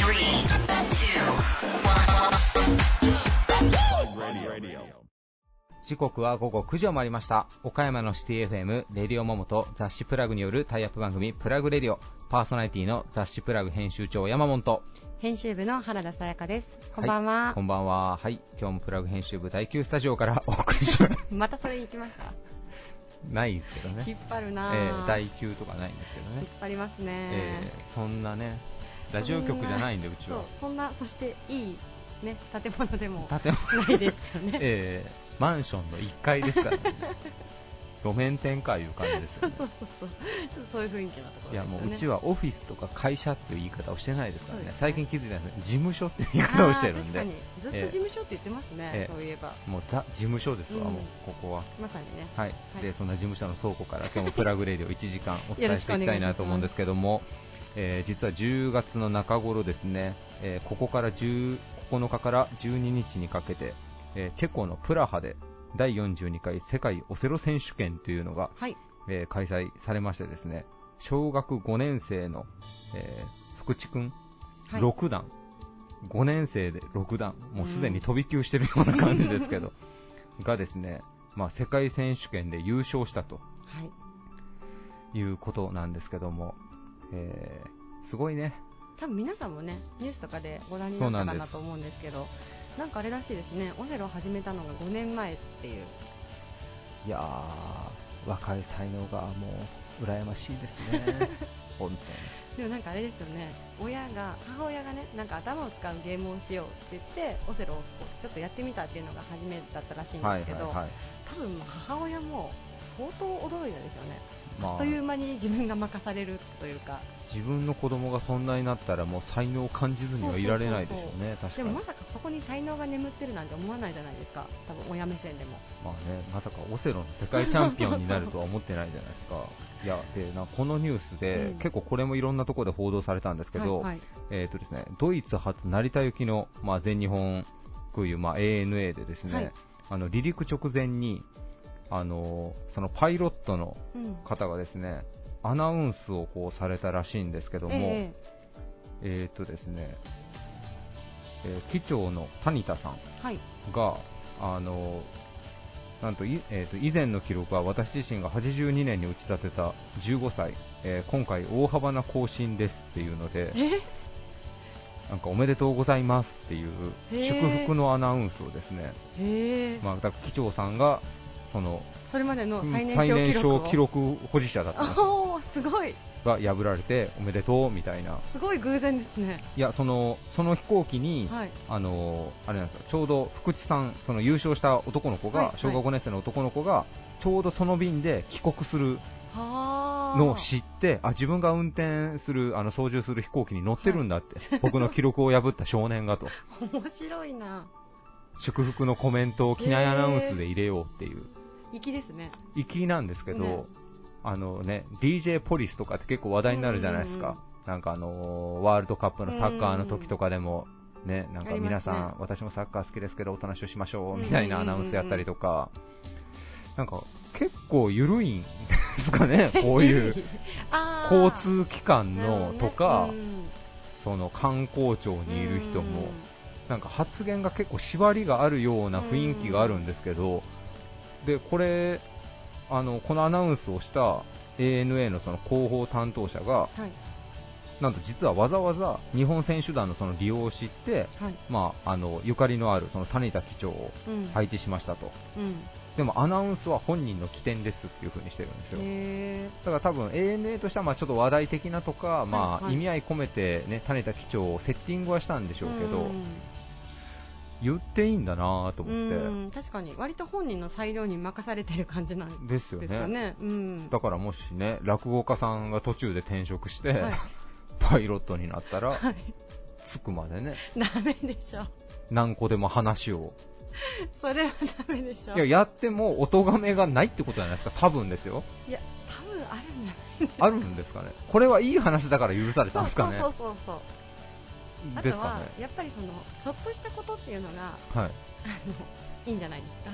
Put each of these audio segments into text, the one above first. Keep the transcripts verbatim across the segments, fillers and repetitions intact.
時刻は午後くじを回りました。岡山のシティ エフエム レディオモモと雑誌プラグによるタイアップ番組プラグレディオ、パーソナリティの雑誌プラグ編集長山本と編集部の原田さやかです。こんばんは、 はい、こんばんは。はい、今日もプラグ編集部だいきゅうスタジオからお送りしますまたそれ行きましたないですけどね。 引っ張るな、 えー、だいきゅうとかないんですけどね。 引っ張りますね、 えー、そんなねラジオ局じゃないんでうちは。 そうそんな、そしていい、ね、建物でも建物ないですよね、 えー、マンションのいっかいですからね路面店かいう感じですよね。 そうそうそう、ちょっとそういう雰囲気のところですよね。 いやもううちはオフィスとか会社っていう言い方をしてないですから ね, ね最近気づいたんです事務所っていう言い方をしてるんで。 確かにずっと事務所って言ってますね、えー、そういえばもうザ事務所ですわ、うん、もうここはまさにね、 はい、はい、でそんな事務所の倉庫から今日もプラグレディオいちじかんお伝えしていきたいなと思うんですけどもえー、実はじゅうがつの中頃ですね、えー、ここからじゅうここのかからじゅうににちにかけて、えー、チェコのプラハでだいよんじゅうにかい世界オセロ選手権というのが、はい、えー、開催されましてですね、小学ごねん生の、えー、福地君、はい、ろくだん、ごねん生でろくだん、もうすでに飛び級してるような感じですけどがですね、まあ、世界選手権で優勝したと、はい、いうことなんですけども、えー、すごいね。 多分皆さんもねニュースとかでご覧になったかなと思うんですけど、なんかあれらしいですね、オセロを始めたのがごねんまえっていう。 いやー、若い才能がもう羨ましいですね本当に。 でもなんかあれですよね、親が母親がね、なんか頭を使うゲームをしようって言ってオセロをちょっとやってみたっていうのが初めだったらしいんですけど、はいはいはい、多分母親も相当驚いたでしょうね、まあ、あっという間に自分が任されるというか、 自分の子供がそんなになったらもう才能を感じずにはいられないでしょうね。確かに。 でもまさかそこに才能が眠ってるなんて思わないじゃないですか、多分親目線でも。 まあね、まさかオセロの世界チャンピオンになるとは思ってないじゃないですかいやでなこのニュースで、うん、結構これもいろんなところで報道されたんですけど、はいはい、えーとですね、ドイツ発成田行きの、まあ、全日本空輸、まあ、エーエヌエー でですね、はい、あの離陸直前にあのそのパイロットの方がですね、うん、アナウンスをこうされたらしいんですけども、えー、えーとですね、えー、機長の谷田さんが、はい、あのなんと、えーと以前の記録は私自身がはちじゅうにねんに打ち立てたじゅうごさい、えー、今回大幅な更新ですっていうので、なんかおめでとうございますっていう祝福のアナウンスをですね、へー、まあ、だから機長さんがそのそれまでの最年少記録を、 最年少記録保持者だったんですよ。 おー、すごい。 が破られておめでとうみたいな。 すごい偶然ですね。 いや、そのその飛行機に、はい、あのあれなんですよ、ちょうど福地さん、その優勝した男の子が、はいはい、小学ごねん生の男の子がちょうどその便で帰国するのを知って、あ、自分が運転するあの操縦する飛行機に乗ってるんだって、はい、僕の記録を破った少年がと面白いな。 祝福のコメントを機内アナウンスで入れようっていう粋ですね。 粋なんですけど、ね、あのね、ディージェー ポリスとかって結構話題になるじゃないですか、うんうんうん、なんかあのー、ワールドカップのサッカーの時とかでも、ね、なんか皆さん、ね、私もサッカー好きですけどおとなしくしましょうみたいなアナウンスやったりとか、うんうんうんうん、なんか結構緩いんですかねこういう交通機関のとか、ね、うん、その観光庁にいる人も、うん、なんか発言が結構縛りがあるような雰囲気があるんですけど、うん、でこれあのこのアナウンスをした エーエヌエー のその広報担当者が、はい、なんと実はわざわざ日本選手団のその利用を知って、はい、まあ、あのゆかりのあるその谷田機長を配置しましたと、うんうん、でもアナウンスは本人の起点ですっていう風にしてるんですよ。へー、だから多分 エーエヌエー としてはまあちょっと話題的なとか、まあはいはい、意味合い込めて、ね、谷田機長をセッティングはしたんでしょうけど、うん、言っていいんだなと思って。うん、 確かに割と本人の裁量に任されてる感じなんですよね。ですよね、うん、 だからもしね落語家さんが途中で転職して、はい、パイロットになったら、はい、着くまでねダメでしょ、 何個でも話をそれはダメでしょ。 いや、やってもお咎めがないってことじゃないですか。多分ですよ。 いや、多分あるんじゃないあるんですかね。これはいい話だから許されたんですかね。 そうそうそうそうあとはやっぱりそのちょっとしたことっていうのが、はい、あのいいんじゃないですか。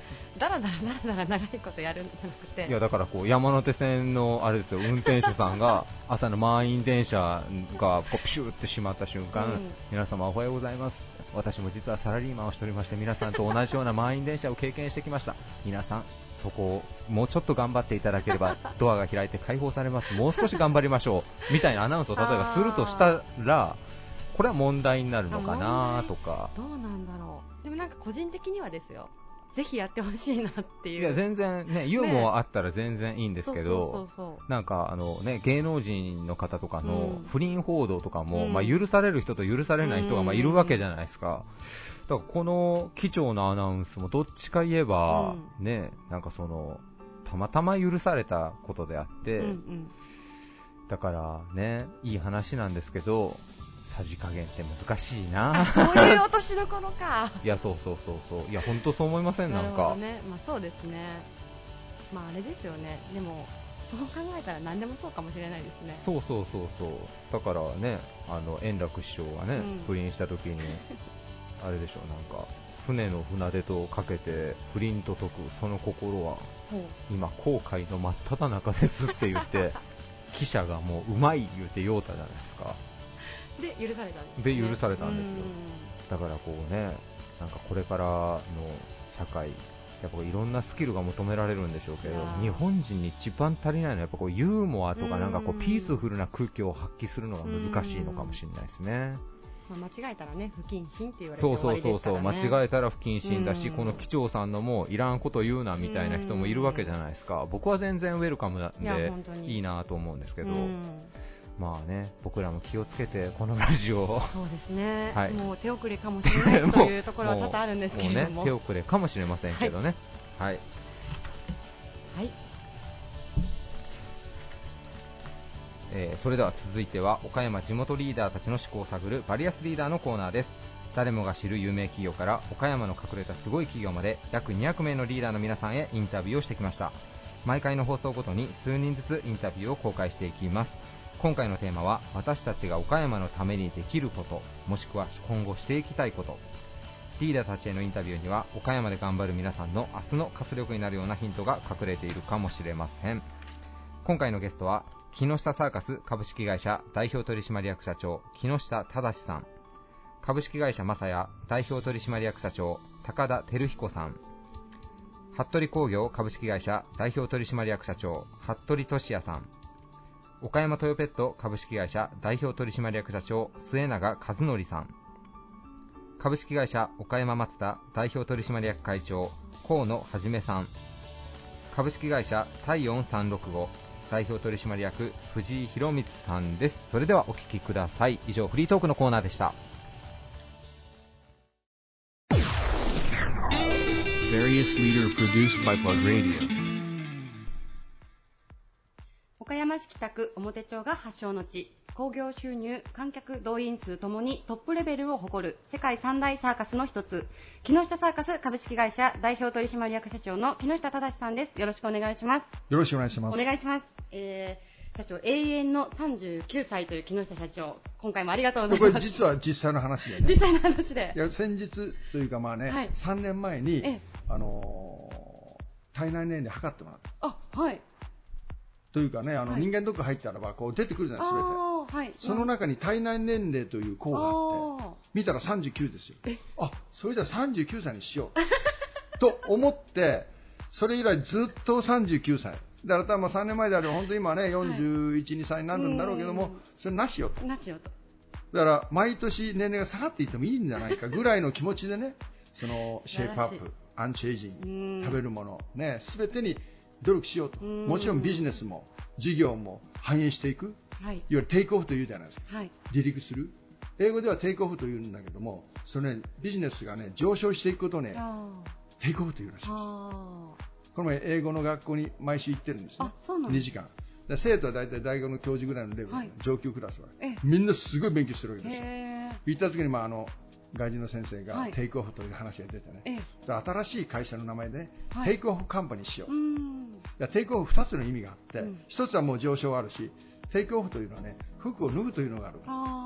だらだらだらだら長いことやるんじゃなくて、 いやだからこう山手線のあれですよ、運転手さんが朝の満員電車がこうプシューって閉まった瞬間、うん、皆様おはようございます、私も実はサラリーマンをしておりまして、皆さんと同じような満員電車を経験してきました、皆さんそこをもうちょっと頑張っていただければドアが開いて解放されます、もう少し頑張りましょうみたいなアナウンスを例えばするとしたら、これは問題になるのかなとか。 どうなんだろう。でもなんか個人的にはですよ、ぜひやってほしいなっていう。 いや全然ね、ユーモアあったら全然いいんですけど、なんかあのね、芸能人の方とかの不倫報道とかも、うん、まあ許される人と許されない人がまあいるわけじゃないですか。だからこの機長のアナウンスもどっちか言えば、うん、ね、なんかそのたまたま許されたことであって、うんうん、だからね、いい話なんですけど、さじ加減って難しいな。 そういう落としどころか。 いやそうそうそうそう、いや本当そう思いません？なんか。なるほどね、まあそうですね。まああれですよね。でもそう考えたら何でもそうかもしれないですね。 そうそうそうそう。だからね、あの円楽師匠がね、うん、不倫した時にあれでしょう、なんか船の船出とかけて不倫と解くその心は今後悔の真っ只中ですって言って記者がもううまい言うて言うたじゃないですか。 で許されたんです、 ね、で許されたんですよ。だからこうね、なんかこれからの社会、やっぱいろんなスキルが求められるんでしょうけど、日本人に一番足りないのはやっぱこうユーモアとか、なんかこうピースフルな空気を発揮するのが難しいのかもしれないですね。 まあ、間違えたらね不謹慎って言われて終わりですからね。 そうそうそうそう、間違えたら不謹慎だし、この機長さんのもいらんこと言うなみたいな人もいるわけじゃないですか。僕は全然ウェルカムなんでいいなと思うんですけど、まあね、僕らも気をつけてこのラジオを。 そうですね、はい、もう手遅れかもしれないというところは多々あるんですけれども、 もうね、手遅れかもしれませんけどね。はい、はいはい、えー、それでは続いては岡山地元リーダーたちの思考を探るバリアスリーダーのコーナーです。誰もが知る有名企業から岡山の隠れたすごい企業まで約にひゃくめいのリーダーの皆さんへインタビューをしてきました。毎回の放送ごとに数人ずつインタビューを公開していきます。今回のテーマは、私たちが岡山のためにできること、もしくは今後していきたいこと。リーダーたちへのインタビューには、岡山で頑張る皆さんの明日の活力になるようなヒントが隠れているかもしれません。今回のゲストは、木下サーカス株式会社代表取締役社長木下忠さん、株式会社マサヤ代表取締役社長高田照彦さん、服部工業株式会社代表取締役社長服部俊也さん、岡山トヨペット株式会社代表取締役社長末永和則さん、株式会社岡山マツダ代表取締役会長河野はじめさん、株式会社体温さんろくご代表取締役藤井博光さんです。それではお聞きください。以上フリートークのコーナーでした。 岡山市北区表町が発祥の地、興行収入、観客動員数ともにトップレベルを誇る世界三大サーカスの一つ、木下サーカス株式会社代表取締役社長の木下忠さんです。よろしくお願いします。 よろしくお願いします。 お願いします。えー、社長、永遠のさんじゅうきゅうさいという木下社長、今回もありがとうございます。 これ実は実際の話でね。 実際の話で。 いや先日というかまあね、はい、さんねんまえにあのー、体内年齢測ってもらった。 あ、はい。 というかね、あの、はい、人間ドック入ったらばこう出てくるじゃない、すべて、はい、その中に体内年齢という項があって見たらさんじゅうきゅうですよ。あ、それじゃさんじゅうきゅうさいにしようと思って、それ以来ずっとさんじゅうきゅうさいだから、まあさんねんまえであれば本当に今ねよんじゅういち、はい、にさいになるんだろうけども、それなしよと。 なしよと。 だから毎年年齢が下がっていってもいいんじゃないかぐらいの気持ちでね、そのシェイプアップ、アンチエイジング、食べるものね、全てに努力しようと。もちろんビジネスも事業も反映していく、はい、いわゆるテイクオフというじゃないですか、はい、離陸する。英語ではテイクオフというんだけども、それ、ね、ビジネスが、ね、上昇していくことを、ね、テイクオフというらしいんです。この前英語の学校に毎週行ってるんですね。 あ、そうなんです。 にじかんで、生徒は大体大学の教授ぐらいのレベル、はい、上級クラスはみんなすごい勉強してるわけですよ。行った時に、まあ、あの外人の先生が、はい、テイクオフという話が出てね、新しい会社の名前で、ね、はい、テイクオフカンパニーしよう。いやテイクオフふたつの意味があって、うん、ひとつはもう上昇あるし、テイクオフというのはね、服を脱ぐというのがある。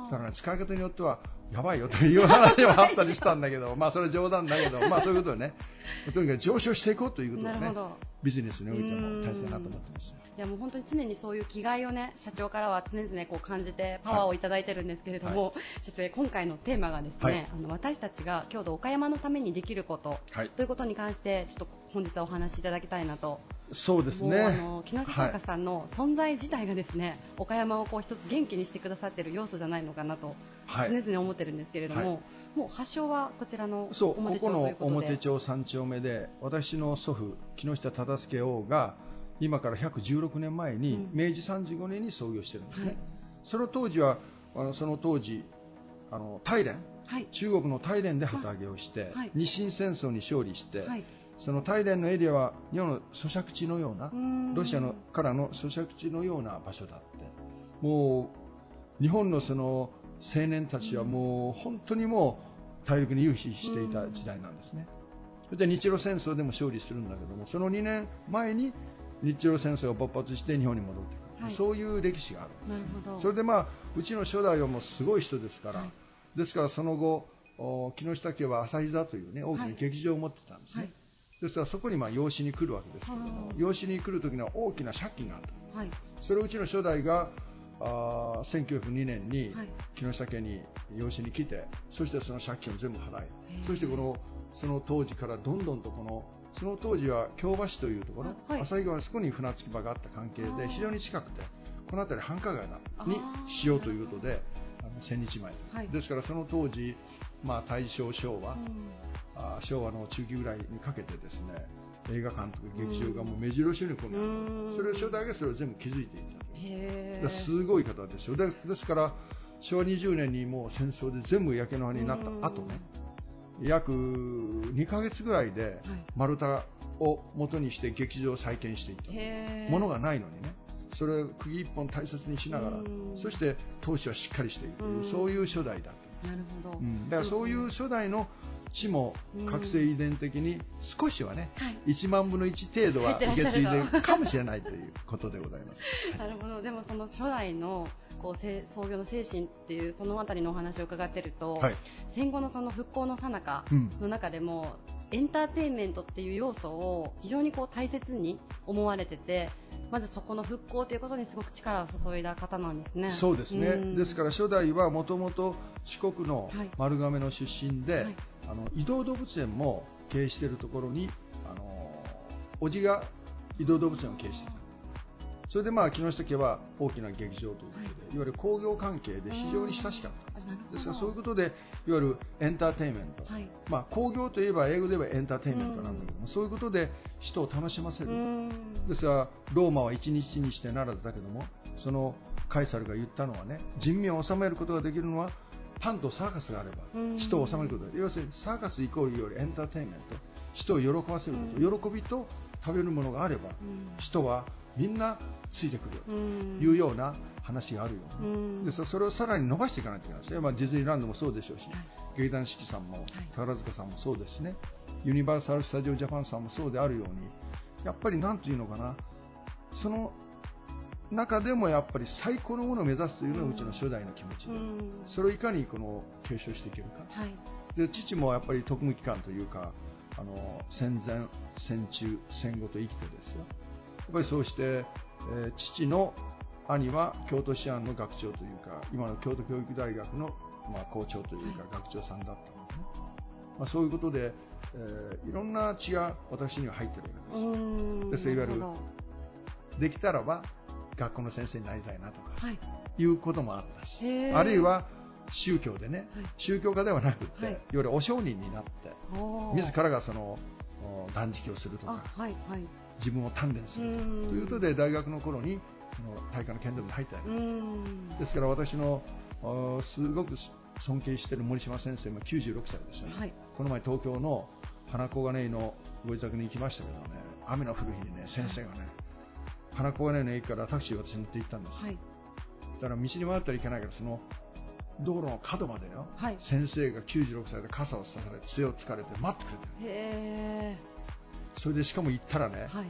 だから、ね、使い方によってはやばいよという話もあったりしたんだけどまあそれは冗談だけど、まあ、そういうことでねとにかく上昇していこうということがねビジネスにおいても大切だなと思ってます。 いやもう本当に常にそういう気概をね社長からは常々こう感じてパワーをいただいてるんですけれども、はい、社長今回のテーマがですね、はい、あの私たちが郷土岡山のためにできること、はい、ということに関してちょっと本日はお話しいただきたいなと。 そうですね。 あの木下サーカスさんの存在自体がですね、はい、岡山をこう一つ元気にしてくださっている要素じゃないのかなと常々思ってるんですけれども、はい、もう発祥はこちらの表町ということで。 そう、ここの表町さん丁目で私の祖父木下忠助王が今からひゃくじゅうろくねんまえに明治さんじゅうごねんに創業してるんですね、はい、その当時はあのその当時あの大連、はい、中国の大連で旗揚げをして、はい、日清戦争に勝利して、はい、その大連のエリアは日本の租借地のようなロシアのからの租借地のような場所だって、もう日本のその青年たちはもう本当にもう大陸に融資していた時代なんですね。それで日露戦争でも勝利するんだけども、そのにねんまえに日露戦争が勃発して日本に戻ってくる、はい、そういう歴史があるんです。なるほど。それでまあうちの初代はもうすごい人ですから、はい、ですからその後木下家は朝日座というね大きな劇場を持ってたんですね、はい、ですからそこにまあ養子に来るわけですけれども、養子に来る時には大きな借金があった、はい、それをうちの初代があせんきゅうひゃくにねんに木下家に養子に来て、そしてその借金を全部払い、そしてこのその当時からどんどんとこのその当時は京橋というところ、はい、旭川のそこに船着き場があった関係で非常に近くて、この辺り繁華街にしようということであの千日前、はい、ですからその当時、まあ、大正昭和、うん、あ昭和の中期ぐらいにかけてですね映画館とか劇場がもう目白押しにここにあった、それを初代がそれを全部築いていったという、すごい方ですよ。でですから昭和にじゅうねんにもう戦争で全部焼け野原になった後ね、約にかげつぐらいで丸太を元にして劇場を再建していったものがないのにね、それを釘一本大切にしながら、そして投資はしっかりしているという、そういう初代だった。なるほど、うん、だからそういう初代の地も覚醒遺伝的に少しはね、はい、いちまんぶのいち程度は受け継いでいるかもしれないということでございます。 なるほど。でもその初代のこう創業の精神っていうそのあたりのお話を伺っていると、はい、戦後のその復興の最中の中でも、うん、エンターテインメントっていう要素を非常にこう大切に思われてて、まずそこの復興ということにすごく力を注いだ方なんですね。 そうですね、うん、ですから初代はもともと四国の丸亀の出身で、はいはい、あの移動動物園も経営しているところにあの叔父が移動動物園を経営していた。それでまあ木下家は大きな劇場ということで、はい、いわゆる工業関係で非常に親しかった。ですからそういうことでいわゆるエンターテインメント、はい、まあ、工業といえば英語ではエンターテインメントなんだけども、そういうことで人を楽しませる。ですからローマは一日にしてならずだけども、そのカエサルが言ったのはね、人民を治めることができるのはパンとサーカスがあれば人を治めることができる。要するにサーカスイコールよりエンターテインメント、人を喜ばせること、喜びと食べるものがあれば人はみんなついてくるというような話があるような、ですからそれをさらに伸ばしていかないといけないですね。まあ、ディズニーランドもそうでしょうし、はい、劇団四季さんも宝塚さんもそうですね、ユニバーサル・スタジオ・ジャパンさんもそうであるように、やっぱりなんというのかな、その中でもやっぱり最高のものを目指すというのがうちの初代の気持ちで、それをいかにこの継承していけるか、はい、で父もやっぱり特務機関というか、あの戦前戦中戦後と生きてですよ、やっぱりそうして、えー、父の兄は京都市安の学長というか、今の京都教育大学の、まあ、校長というか学長さんだったので、ね、まあ、そういうことで、えー、いろんな血が私には入ってるわけです。ですからいわゆるできたらば学校の先生になりたいなとか、はい、いうこともあったし、あるいは宗教でね、はい、宗教家ではなくて、はい、いわゆるお商人になって自らがその断食をするとか、はいはい、自分を鍛錬するとかということで大学の頃にその大会の剣道部に入ったわけです。ですから私のすごく尊敬している森島先生もきゅうじゅうろくさいですね、はい、この前東京の花小金井のご自宅に行きましたけどね、雨の降る日にね先生がね、はい、花小金井の駅からタクシーを私乗って行ったんですよ、はい、だから道に迷ったらいけないからその道路の角までよ、はい、先生がきゅうじゅうろくさいで傘をさされて杖をつかれて待ってくれて、へー、それでしかも行ったらね、はい、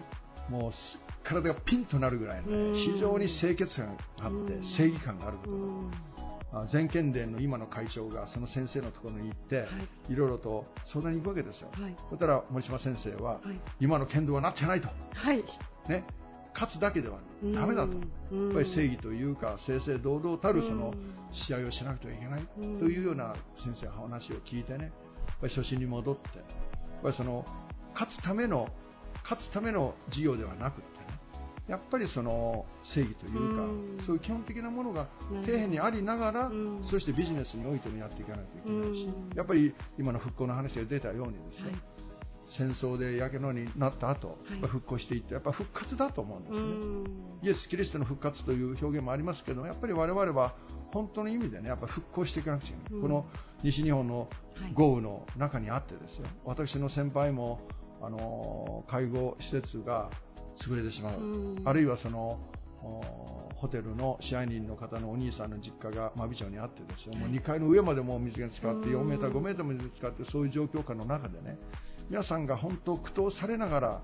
もう体がピンとなるぐらいの、ね、非常に清潔感があって正義感があることが、 全県連の今の会長がその先生のところに行って、はい、いろいろと相談に行くわけですよ。はい、そしたら森島先生は、はい、今の剣道はなってないと、はいね、勝つだけではダメだと、やっぱり正義というか正々堂々たるその試合をしなくてはいけないというような先生の話を聞いてね、やっぱり初心に戻って、やっぱりその勝つための勝つための事業ではなくてね、やっぱりその正義というか、うそういう基本的なものが底辺にありながら、そしてビジネスにおいてもやっていかないといけないし、やっぱり今の復興の話が出たようにですね、はい、戦争でやけどになった後、はい、復興していってやっぱ復活だと思うんですね。イエス・キリストの復活という表現もありますけど、やっぱり我々は本当の意味でね、やっぱ復興していかなくちゃいけない。この西日本の豪雨の中にあってですよ、はい、私の先輩もあの介護施設が潰れてしまう、あるいはそのホテルの支配人の方のお兄さんの実家が真備町にあってですよ、もうにかいの上までもう水が浸かってよんメーターごメーターも水が浸かって、そういう状況下の中でね、皆さんが本当苦闘されながら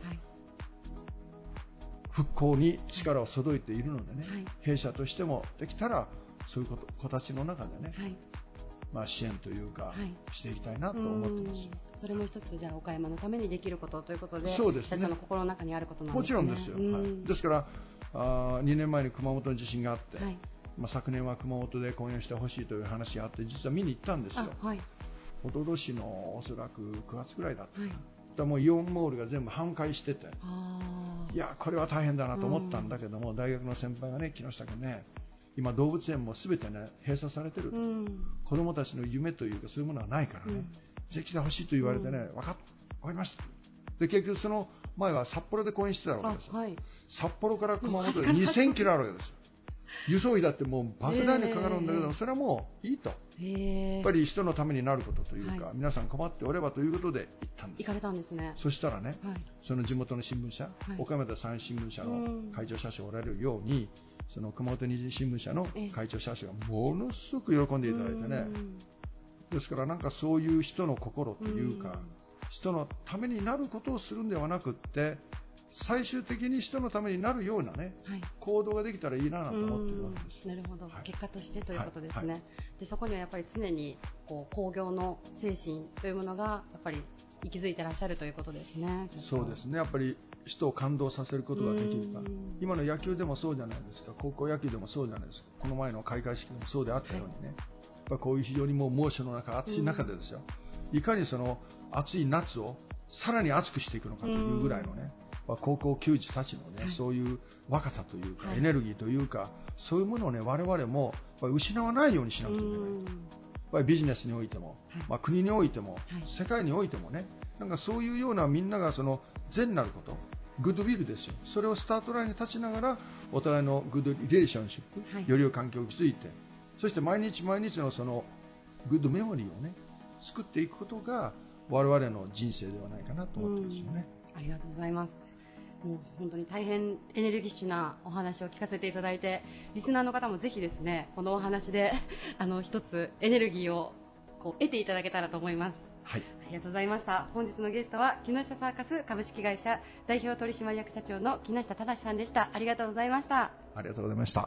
復興に力を注いでいるのでね、はい、弊社としてもできたらそういう子たちの中でね、はい、まあ、支援というか、はい、していきたいなと思ってますよ。 それも一つじゃあ岡山のためにできることということで、 そうですね、 社長の心の中にあることなんですね。 もちろんですよ、はい、ですからあにねんまえに熊本の地震があって、はい、まあ、昨年は熊本で公演してほしいという話があって実は見に行ったんですよ。はい、おととしのおそらくくがつぐらいだった、はい、だもうイオンモールが全部半壊してて、いやこれは大変だなと思ったんだけども、大学の先輩がね、木下君ね、今動物園も全てね閉鎖されてると、うん、子供たちの夢というかそういうものはないからね、うん、ぜひ来てほしいと言われてね、うん、分かっ分かりました。で結局その前は札幌で公演してたわけですよ、はい、札幌から熊本でにせんキロあるわけですよ。輸送費だってもう莫大にかかるんだけど、それはもういいと、やっぱり人のためになることというか、はい、皆さん困っておればということで行ったんです。 行かれたんですね。 そしたらね、はい、その地元の新聞社、はい、岡山で三新聞社の会長社長おられるように、その熊本二次新聞社の会長社長がものすごく喜んでいただいてね、ですからなんかそういう人の心というか、人のためになることをするんではなくって、最終的に人のためになるような、ね、はい、行動ができたらいいなと思っているわけです。 なるほど、はい、結果としてということですね。はいはい、でそこにはやっぱり常にこう興行の精神というものがやっぱり息づいてらっしゃるということですね。 そうですね、やっぱり人を感動させることができるか、今の野球でもそうじゃないですか、高校野球でもそうじゃないですか、この前の開会式でもそうであったようにね、はい、やっぱこういう非常にもう猛暑の中、暑い中でですよ、いかにその暑い夏をさらに暑くしていくのかというぐらいのね、高校球児たちの、ね、はい、そういう若さというか、はい、エネルギーというか、そういうものを、ね、我々もやっぱり失わないようにしなくてはいけないと。やっぱりビジネスにおいても、はい、まあ、国においても、はい、世界においてもね、なんかそういうようなみんながその善なること、グッドウィルですよ、それをスタートラインに立ちながらお互いのグッドリレーションシップ、はい、より良い関係を築いて、そして毎日毎日のそのグッドメモリーをね作っていくことが我々の人生ではないかなと思ってますよね。 ありがとうございます。もう本当に大変エネルギッシュなお話を聞かせていただいて、リスナーの方もぜひですね、このお話であの一つエネルギーをこう得ていただけたらと思います。はい、ありがとうございました。本日のゲストは木下サーカス株式会社代表取締役社長の木下忠さんでした。ありがとうございました。 ありがとうございました。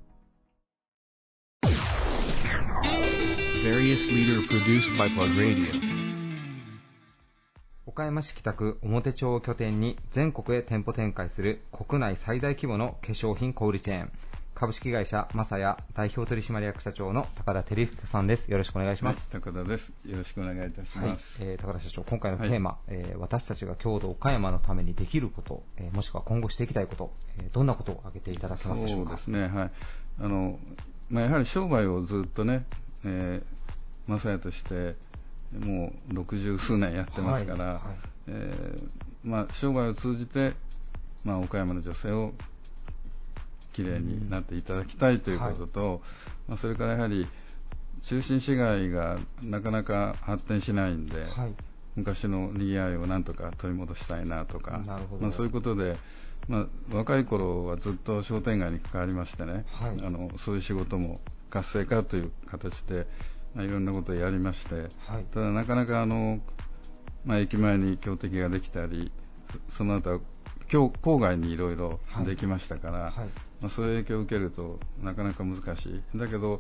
岡山市北区表町を拠点に全国へ店舗展開する国内最大規模の化粧品小売チェーン、株式会社マサヤ代表取締役社長の高田照之さんです。よろしくお願いします。 はい、高田です。よろしくお願いいたします。 はい、えー、高田社長、今回のテーマ、はい、えー、私たちが郷土岡山のためにできること、えー、もしくは今後していきたいこと、えー、どんなことを挙げていただけますでしょうか。 そうですね、はい、あのまあ、やはり商売をずっとね、えー、マサヤとしてもう六十数年やってますから、はいはい、えーまあ、商売を通じて、まあ、岡山の女性をきれいになっていただきたいということと、うん、はい、まあ、それからやはり中心市街がなかなか発展しないんで、はい、昔のにぎわいをなんとか取り戻したいなとか、なるほど、まあ、そういうことで、まあ、若い頃はずっと商店街に関わりましてね、はい、あのそういう仕事も活性化という形で、まあ、いろんなことをやりまして、はい、ただなかなかあの、まあ、駅前に強敵ができたり、その後は郊外にいろいろできましたから、はいはい、まあ、そういう影響を受けるとなかなか難しい。だけど、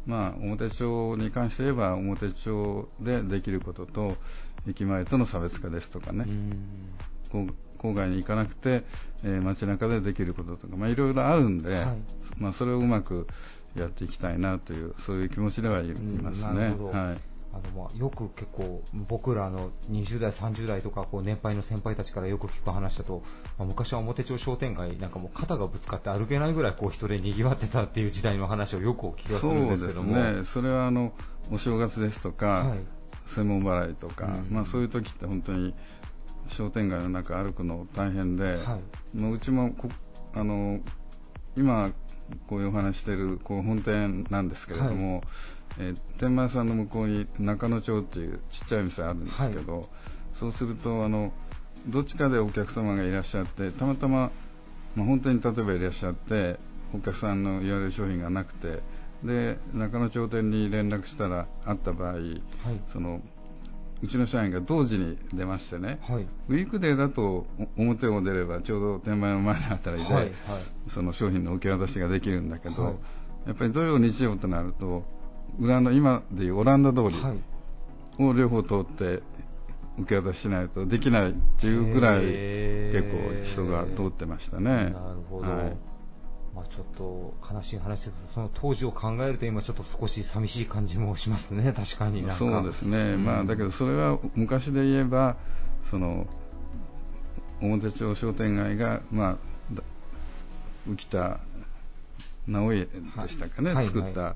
まあ、表町に関して言えば表町でできることと駅前との差別化ですとかね、こう郊外に行かなくて、えー、街中でできることとか、まあ、いろいろあるんで、はい、まあ、それをうまくやっていきたいなというそういう気持ちではいますね。はい、 あのまあよく結構僕らのにじゅう代さんじゅう代とかこう年配の先輩たちからよく聞く話だと、まあ、昔は表町商店街なんかもう肩がぶつかって歩けないぐらいこう人で賑わってたっていう時代の話をよくお聞きはするんですけども、 そうですね、それはあのお正月ですとか、はい、専門払いとか、うん、まあ、そういう時って本当に商店街の中歩くの大変で、はい、まあ、うちもこあの今こういうお話しているこう本店なんですけれども、はい、えー、天満屋さんの向こうに中野町っていうちっちゃい店あるんですけど、はい、そうするとあのどっちかでお客様がいらっしゃってたまたま、まあ、本店に例えばいらっしゃってお客さんの言われる商品がなくて、で中野町店に連絡したらあった場合、はい、そのうちの社員が同時に出ましてね、はい、ウィークデーだと表を出ればちょうど天満屋の前のあたりで、はいはい、その商品の受け渡しができるんだけど、はい、やっぱり土曜日曜となると裏の今でいうオランダ通りを両方通って受け渡ししないとできないっていうぐらい結構人が通ってましたね。なるほど、はい、まあ、ちょっと悲しい話ですけど、その当時を考えると今ちょっと少し寂しい感じもしますね。確かになんかそうですね、うん、まあ、だけどそれは昔で言えばその表町商店街が、まあ、浮田直家でしたかね、はい、作った、はい、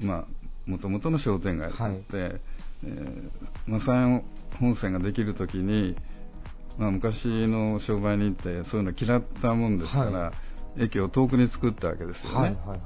まあ、元々の商店街であって、はい、えーまあ、山陽本線ができるときに、まあ、昔の商売人ってそういうの嫌ったもんですから、はい、駅を遠くに作ったわけですよね、はいはいはい、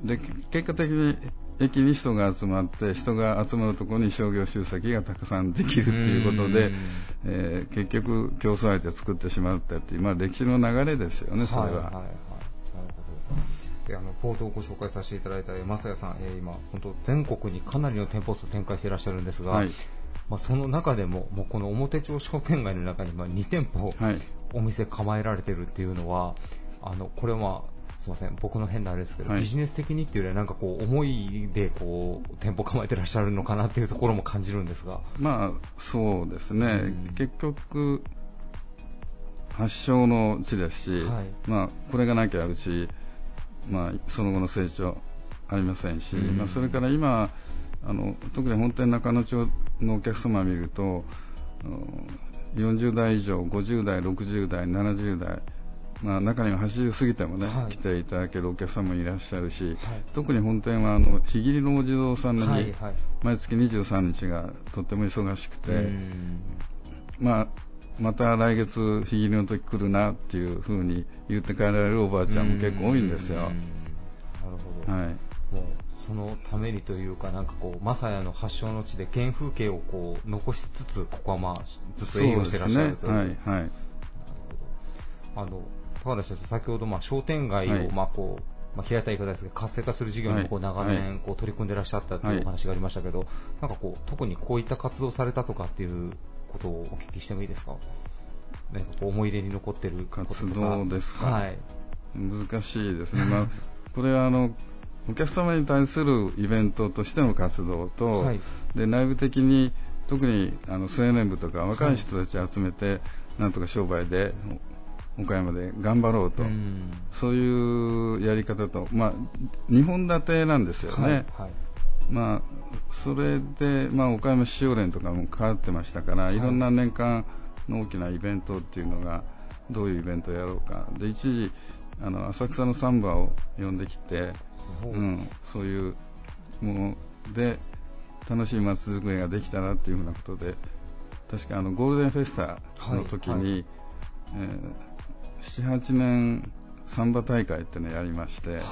で結果的に駅に人が集まって人が集まるところに商業集積がたくさんできるということで、えー、結局競争相手を作ってしまったっていう、まあ、歴史の流れですよね、それは。はいはいはい、なるほど。であの冒頭ご紹介させていただいた正也さん、えー、今本当全国にかなりの店舗数展開していらっしゃるんですが、はい、まあ、その中でも、もうこの表町商店街の中にまあに店舗お店構えられているっていうのは、あのこれは、まあ、すいません僕の変なあれですけど、はい、ビジネス的にっていうよりはなんかこう思いでこう店舗構えてらっしゃるのかなっていうところも感じるんですが、 まあそうですね、うん、結局発祥の地ですし、はい、まあ、これがなきゃうち、まあ、その後の成長ありませんし、うん、まあ、それから今あの特に本店中野町のお客様を見るとよんじゅう代以上ごじゅう代ろくじゅう代ななじゅう代、まあ、中にははちじゅう過ぎてもね、はい、来ていただけるお客様もいらっしゃるし、はい、特に本店はあの日切りのお地蔵さんの日、はいはい、毎月にじゅうさんにちがとっても忙しくて、まあ、また来月日切りの時来るなっていうふうに言って帰られるおばあちゃんも結構多いんですよ。なるほど、はい、もうそのためにというか、なんかこう正也の発祥の地で原風景をこう残しつつここはまあずっと営業してらっしゃるという。そうですね、はいはい、なるほど。あの高田先生、先ほどまあ商店街をまあこう、まあ、平たい言い方ですけど活性化する事業にこう長年こう取り組んでいらっしゃったというお話がありましたけど、なんかこう特にこういった活動されたとかっていうことをお聞きしてもいいですか。なんかこう思い出に残っていることとか。 活動ですか、はい、難しいですね、まあ、これはあのお客様に対するイベントとしての活動と、はい、で内部的に特にあの青年部とか若い人たちを集めて、はい、なんとか商売で岡山で頑張ろうと、うん、そういうやり方と、まあ、にほん立てなんですよね、はいはい、まあ、それで、まあ、岡山市商連とかも変わってましたから、はい、いろんな年間の大きなイベントっていうのがどういうイベントをやろうかで、一時あの浅草のサンバを呼んできて、うん、そういうもので楽しい街づくりができたらっていうふうなことで、確かあのゴールデンフェスタの時に、はいはい、えー、ななはちねんサンバ大会っていうのをやりまして、はい、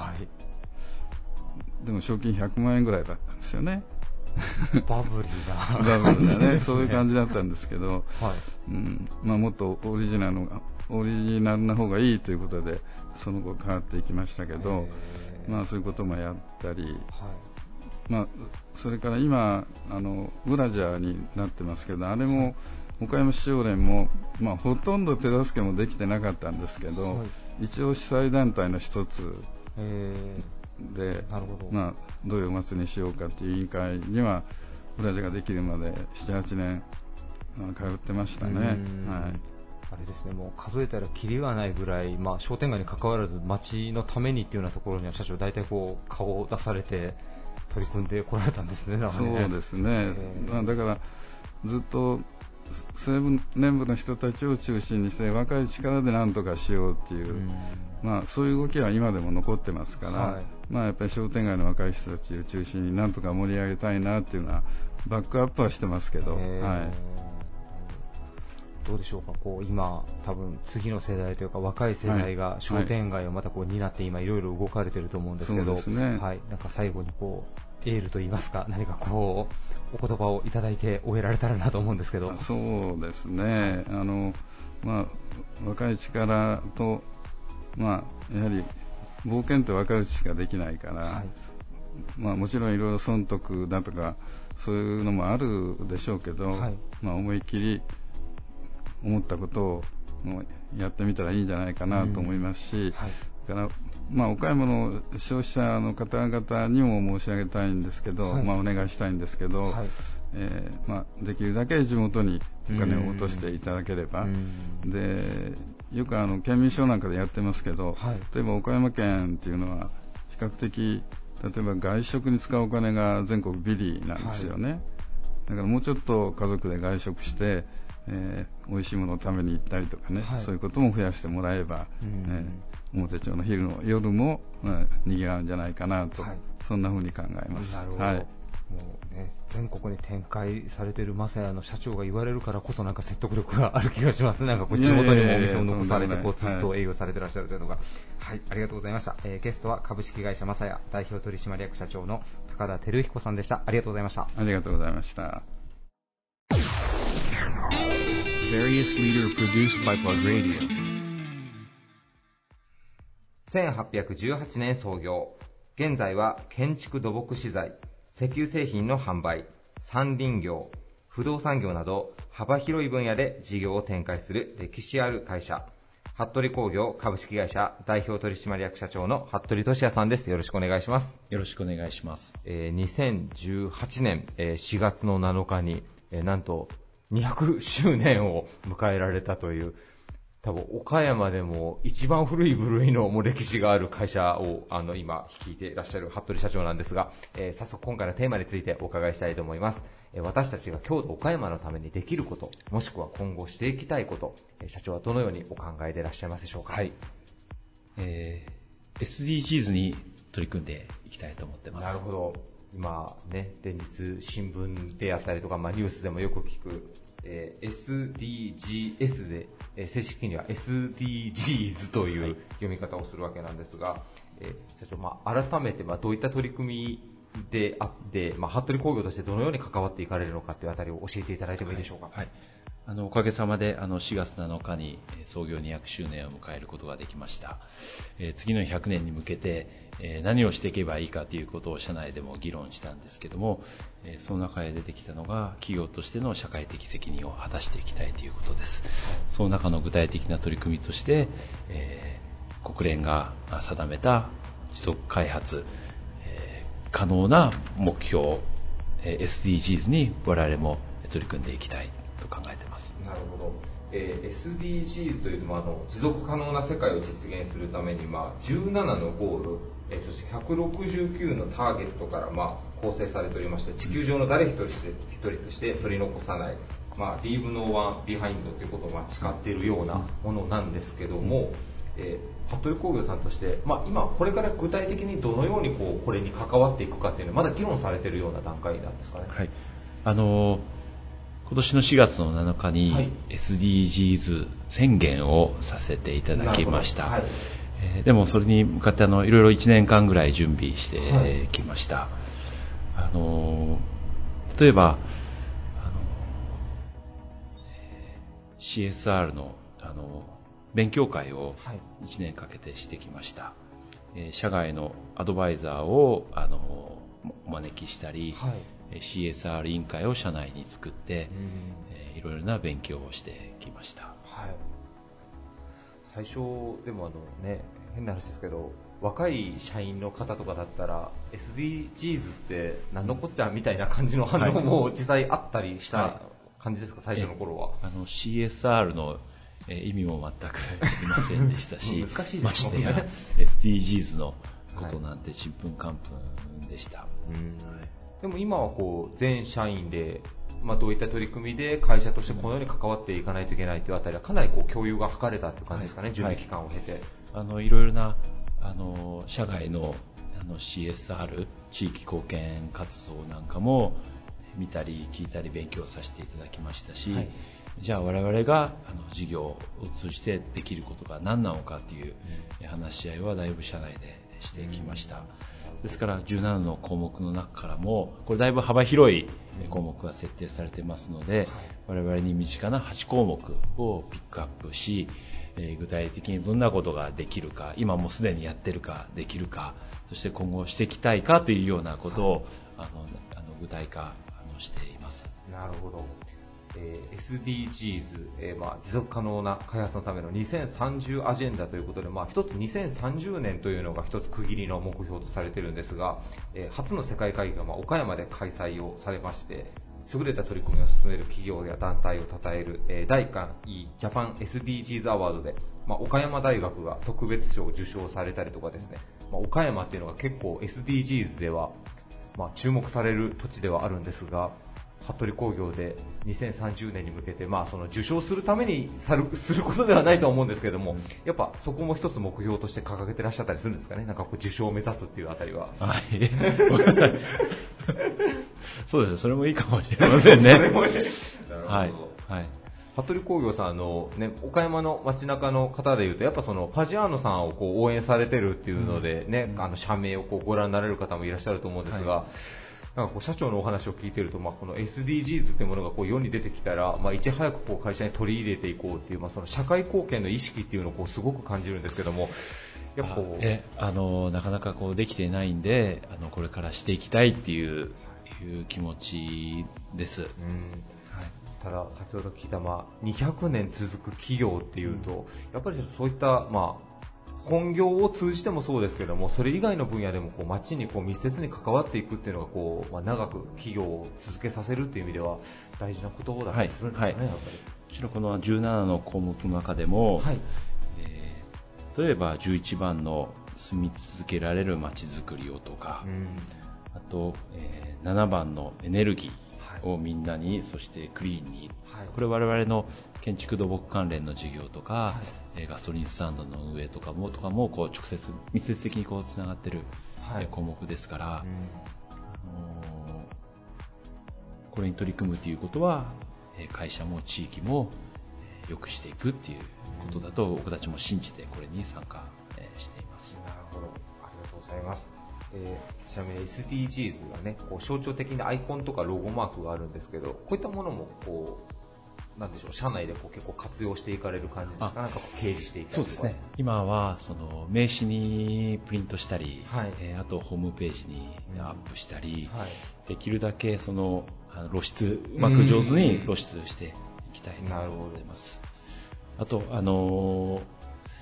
でも賞金ひゃくまんえんぐらいだったんですよね。 バブリーなバブリーなねそういう感じだったんですけど、はい、うん、まあ、もっとオリジナルのオリジナルな方がいいということでその後変わっていきましたけど、まあ、そういうこともやったり、はい、まあ、それから今あのブラジャーになってますけど、あれも岡山市商連も、まあ、ほとんど手助けもできてなかったんですけど、はい、一応主催団体の一つで、まあ、どういうお祭りにしようかっていう委員会にはブラジャができるまでななはちねん通ってましたね。はい、 あれですね、もう数えたらキリがないぐらい、まあ、商店街に関わらず町のためにっていうようなところには社長大体こう顔を出されて取り組んでこられたんですね。 そうですね、まあ、だからずっと青年部の人たちを中心にして若い力で何とかしようっていう、うん、まあ、そういう動きは今でも残ってますから、はい、まあ、やっぱり商店街の若い人たちを中心に何とか盛り上げたいなっていうのはバックアップはしてますけど、はい、 どうでしょうか、こう今多分次の世代というか若い世代が商店街をまたこう担って今いろいろ動かれていると思うんですけど、 そうですね、 はい、なんか最後にこうエールと言いますか何かこうお言葉をいただいて終えられたらなと思うんですけど。 そうですね、あの、まあ、若い力と、まあ、やはり冒険って若いうちしかできないから、はい、まあ、もちろんいろいろ損得だとかそういうのもあるでしょうけど、はい、まあ、思いっきり思ったことをやってみたらいいんじゃないかなと思いますし、うん、はい、だからまあ、岡山の消費者の方々にも申し上げたいんですけど、はい、まあ、お願いしたいんですけど、はい、えーまあ、できるだけ地元にお金を落としていただければ、でよくあの県民賞なんかでやってますけど、はい、例えば岡山県っていうのは比較的例えば外食に使うお金が全国ビリなんですよね、はい、だからもうちょっと家族で外食してえー、美味しいものを食べに行ったりとかね、はい、そういうことも増やしてもらえば、えー、表町の昼の夜も、うん、賑わうんじゃないかなと、はい、そんな風に考えます。 なるほど、はい、もうね、全国に展開されているマサヤの社長が言われるからこそなんか説得力がある気がします。なんかこう地元にもお店を残されてこうずっと営業されていらっしゃるというのが、はい、ありがとうございました。えー、ゲストは株式会社マサヤ代表取締役社長の高田照彦さんでした。ありがとうございました。 ありがとうございました。 せんはっぴゃくじゅうはちねん創業、現在は建築土木資材、石油製品の販売、山林業、不動産業など幅広い分野で事業を展開する歴史ある会社、服部工業株式会社代表取締役社長の服部俊也さんです。よろしくお願いします。 よろしくお願いします。 えー、にせんじゅうはちねんしがつのなのかに、えー、なんとにひゃくしゅうねんを迎えられたという、多分岡山でも一番古い部類のもう歴史がある会社をあの今率いていらっしゃる服部社長なんですが、えー、早速今回のテーマについてお伺いしたいと思います。えー、私たちが京都岡山のためにできること、もしくは今後していきたいこと、えー、社長はどのようにお考えでいらっしゃいますでしょうか。 はい、えー、エスディージーズ に取り組んでいきたいと思ってます。 なるほど。今ね、連日新聞であったりとか、まあ、ニュースでもよく聞く、えー、エスディージーエス で、えー、正式には エスディージーズ という読み方をするわけなんですが、えー、社長、まあ、改めて、まあ、どういった取り組みであって、まあ、服部工業としてどのように関わっていかれるのかというあたりを教えていただいてもいいでしょうか。 はいはい、あのおかげさまであのしがつなのかに創業にひゃくしゅうねんを迎えることができました。えー、次のひゃくねんに向けて、えー、何をしていけばいいかということを社内でも議論したんですけども、えー、その中で出てきたのが企業としての社会的責任を果たしていきたいということです。その中の具体的な取り組みとして、えー、国連が定めた持続開発、えー、可能な目標、えー、エスディージーズ に我々も取り組んでいきたいと考えています。 なるほど。えー、エスディージーズ というのはあの持続可能な世界を実現するために、まあ、じゅうななのゴール、えー、そしてひゃくろくじゅうきゅうのターゲットから、まあ、構成されておりまして、地球上の誰一人して一人として取り残さない、まあ、Leave No One Behind ということをまあ誓っているようなものなんですけども、えー、服部工業さんとして、まあ、今これから具体的にどのようにこうこれに関わっていくかというのはまだ議論されているような段階なんですかね。 はい、あのー今年のしがつのなのかに、はい、エスディージーズ 宣言をさせていただきました。はい、えー、でもそれに向かってあのいろいろいちねんかんぐらい準備してきました。はい、あの例えばあの シーエスアール の, あの勉強会をいちねんかけてしてきました。はい、えー、社外のアドバイザーをあのお招きしたり、はい、シーエスアール 委員会を社内に作って、えー、いろいろな勉強をしてきました。 はい、最初でもあの、ね、変な話ですけど若い社員の方とかだったら エスディージーズ って何のこっちゃみたいな感じの反応も実際あったりした感じですか、最初の頃は。 あの シーエスアール の意味も全く知りませんでしたし難しいですね。 ましてや エスディージーズ のことなんてちんぷんかんぷんでした。 うん、でも今はこう全社員で、まあ、どういった取り組みで会社としてこのように関わっていかないといけないというあたりはかなりこう共有が図れたという感じですかね、はい、準備期間を経て。はい、 あのいろいろなあの社外の、あの シーエスアール 地域貢献活動なんかも見たり聞いたり勉強させていただきましたし、はい、じゃあ我々があの事業を通じてできることが何なのかという話し合いはだいぶ社内でしてきました。ですからじゅうななの項目の中からもこれだいぶ幅広い項目が設定されていますので、我々に身近なはち項目をピックアップし、具体的にどんなことができるか、今もすでにやってるかできるか、そして今後していきたいかというようなことを、はい、あのあの具体化しています。 なるほど。えー、エスディージーズ、えーまあ、持続可能な開発のためのにせんさんじゅうアジェンダということで、まあ、一つにせんさんじゅうねんというのが一つ区切りの目標とされているんですが、えー、初の世界会議がまあ岡山で開催をされまして、優れた取り組みを進める企業や団体を称える、えー、だいいっかいジャパン エスディージーズ アワードで、まあ、岡山大学が特別賞を受賞されたりとかですね、まあ、岡山っていうのが結構 エスディージーズ では、まあ、注目される土地ではあるんですが、服部工業でにせんさんじゅうねんに向けて、まあ、その受賞するためにすることではないとは思うんですけれども、やっぱそこも一つ目標として掲げてらっしゃったりするんですかね、なんかこう受賞を目指すっていうあたりは。 はい、そうですね、それもいいかもしれませんね。 はい、はい、服部工業さん、あの、ね、岡山の街中の方でいうとやっぱそのパジアーノさんをこう応援されてるっていうので、ね、うん、あの社名をこうご覧になれる方もいらっしゃると思うんですが、はい、なんかこう社長のお話を聞いていると、まあ、この エスディージーズ というものがこう世に出てきたら、まあ、いち早くこう会社に取り入れていこうという、まあ、その社会貢献の意識っていうのをこうすごく感じるんですけども、やっぱこうえあのなかなかこうできていないんで、あのこれからしていきたいっていう、いう気持ちです。うん、はい、 ただ先ほど聞いた、まあ、にひゃくねん続く企業っていうと、やっぱりそういった、まあ本業を通じてもそうですけども、それ以外の分野でもこう街にこう密接に関わっていくっていうのがこう、まあ、長く企業を続けさせるっていう意味では大事なことだったりするんですかね、はいはい、やっぱり。 もちろんこのじゅうななの項目の中でも、はい、えー、例えばじゅういちばんの住み続けられる街づくりをとか、うん、あと、えー、ななばんのエネルギーをみんなに、はい、そしてクリーンに、はい、これ我々の建築土木関連の事業とか、はい、ガソリンスタンドの運営とかもとかもこう直接密接的にこうつながっている、はい、項目ですから、うん、あのー、これに取り組むということは会社も地域も良くしていくっていうことだと、僕たちも信じてこれに参加しています。 なるほど、ありがとうございます。えー、ちなみに エスディージーズ はね、こう象徴的なアイコンとかロゴマークがあるんですけど、こういったものもこうなんでしょう、社内でこう結構活用していかれる感じですか。なんかこう掲示していたりとか。 そうですね、今はその名刺にプリントしたり、はい、えー、あとホームページにアップしたり、うん、はい、できるだけその露出うまく上手に露出していきたいと思ってます。あとあのー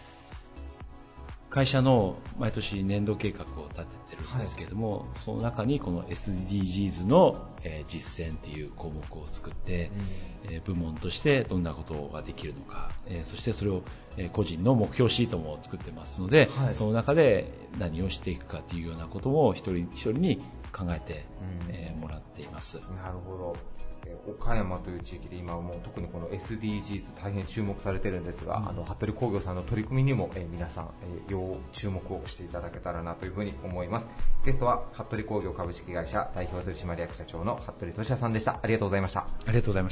会社の毎年年度計画を立ててるんですけれども、はい、その中にこの エスディージーズ の、えー、実践という項目を作って、うん、えー、部門としてどんなことができるのか、えー、そしてそれを、えー、個人の目標シートも作ってますので、はい、その中で何をしていくかというようなことも一人一人に考えて、うん、えー、もらっています。 なるほど。岡山という地域で今はもう特にこの エスディージーズ 大変注目されているんですが、うん、あの服部工業さんの取り組みにも、えー、皆さん、えー、要注目をしていただけたらなというふうに思います。ゲストは服部工業株式会社代表取締役社長の服部俊也さんでした。ありがとうございました。ありがとうございました。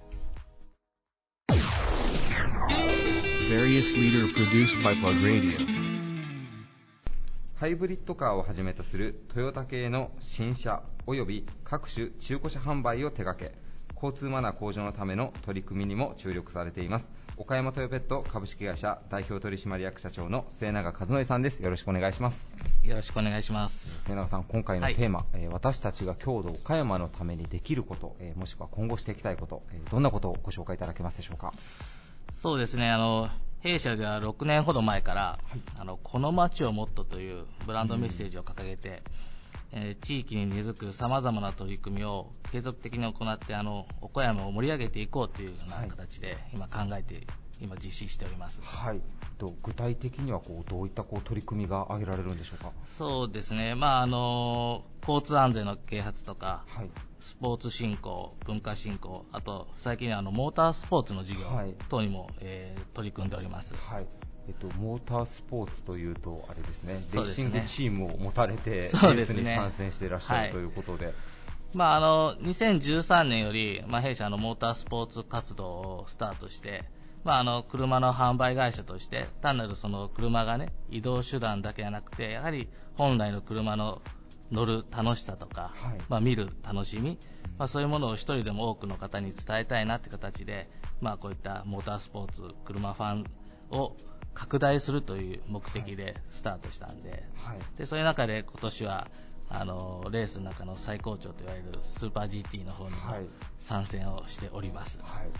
ハイブリッドカーをはじめとするトヨタ系の新車および各種中古車販売を手掛け、交通マナー向上のための取り組みにも注力されています。岡山トヨペット株式会社代表取締役社長の末永和則さんです。よろしくお願いします。 よろしくお願いします。 末永さん、今回のテーマ、はい、私たちが郷土岡山のためにできること、もしくは今後していきたいこと、どんなことをご紹介いただけますでしょうか。 そうですね、あの弊社ではろくねんほど前から、はい、あのこの街をもっとというブランドメッセージを掲げて、うんえー、地域に根付くさまざまな取り組みを継続的に行ってあの岡山を盛り上げていこうというような形で今考えて今実施しております。 はい、と具体的にはこうどういったこう取り組みが挙げられるんでしょうか。 そうですね、まああの交通安全の啓発とか、 はい、 スポーツ振興、文化振興、あと最近はあのモータースポーツの授業等にも、はいえー、取り組んでおります。 はいえっと、モータースポーツというとあれですね、レーシングチームを持たれてレースに参戦していらっしゃるということで、 まあ、あのにせんじゅうさんねんより、まあ、弊社のモータースポーツ活動をスタートして、まあ、あの車の販売会社として単なるその車が、ね、移動手段だけじゃなくてやはり本来の車の乗る楽しさとか、はいまあ、見る楽しみ、まあ、そういうものを一人でも多くの方に伝えたいなって形で、まあ、こういったモータースポーツ車ファンを拡大するという目的でスタートしたんで、はい、でそういう中で今年はあのレースの中の最高潮と言われるスーパー ジーティー の方にも参戦をしております、 はいはい、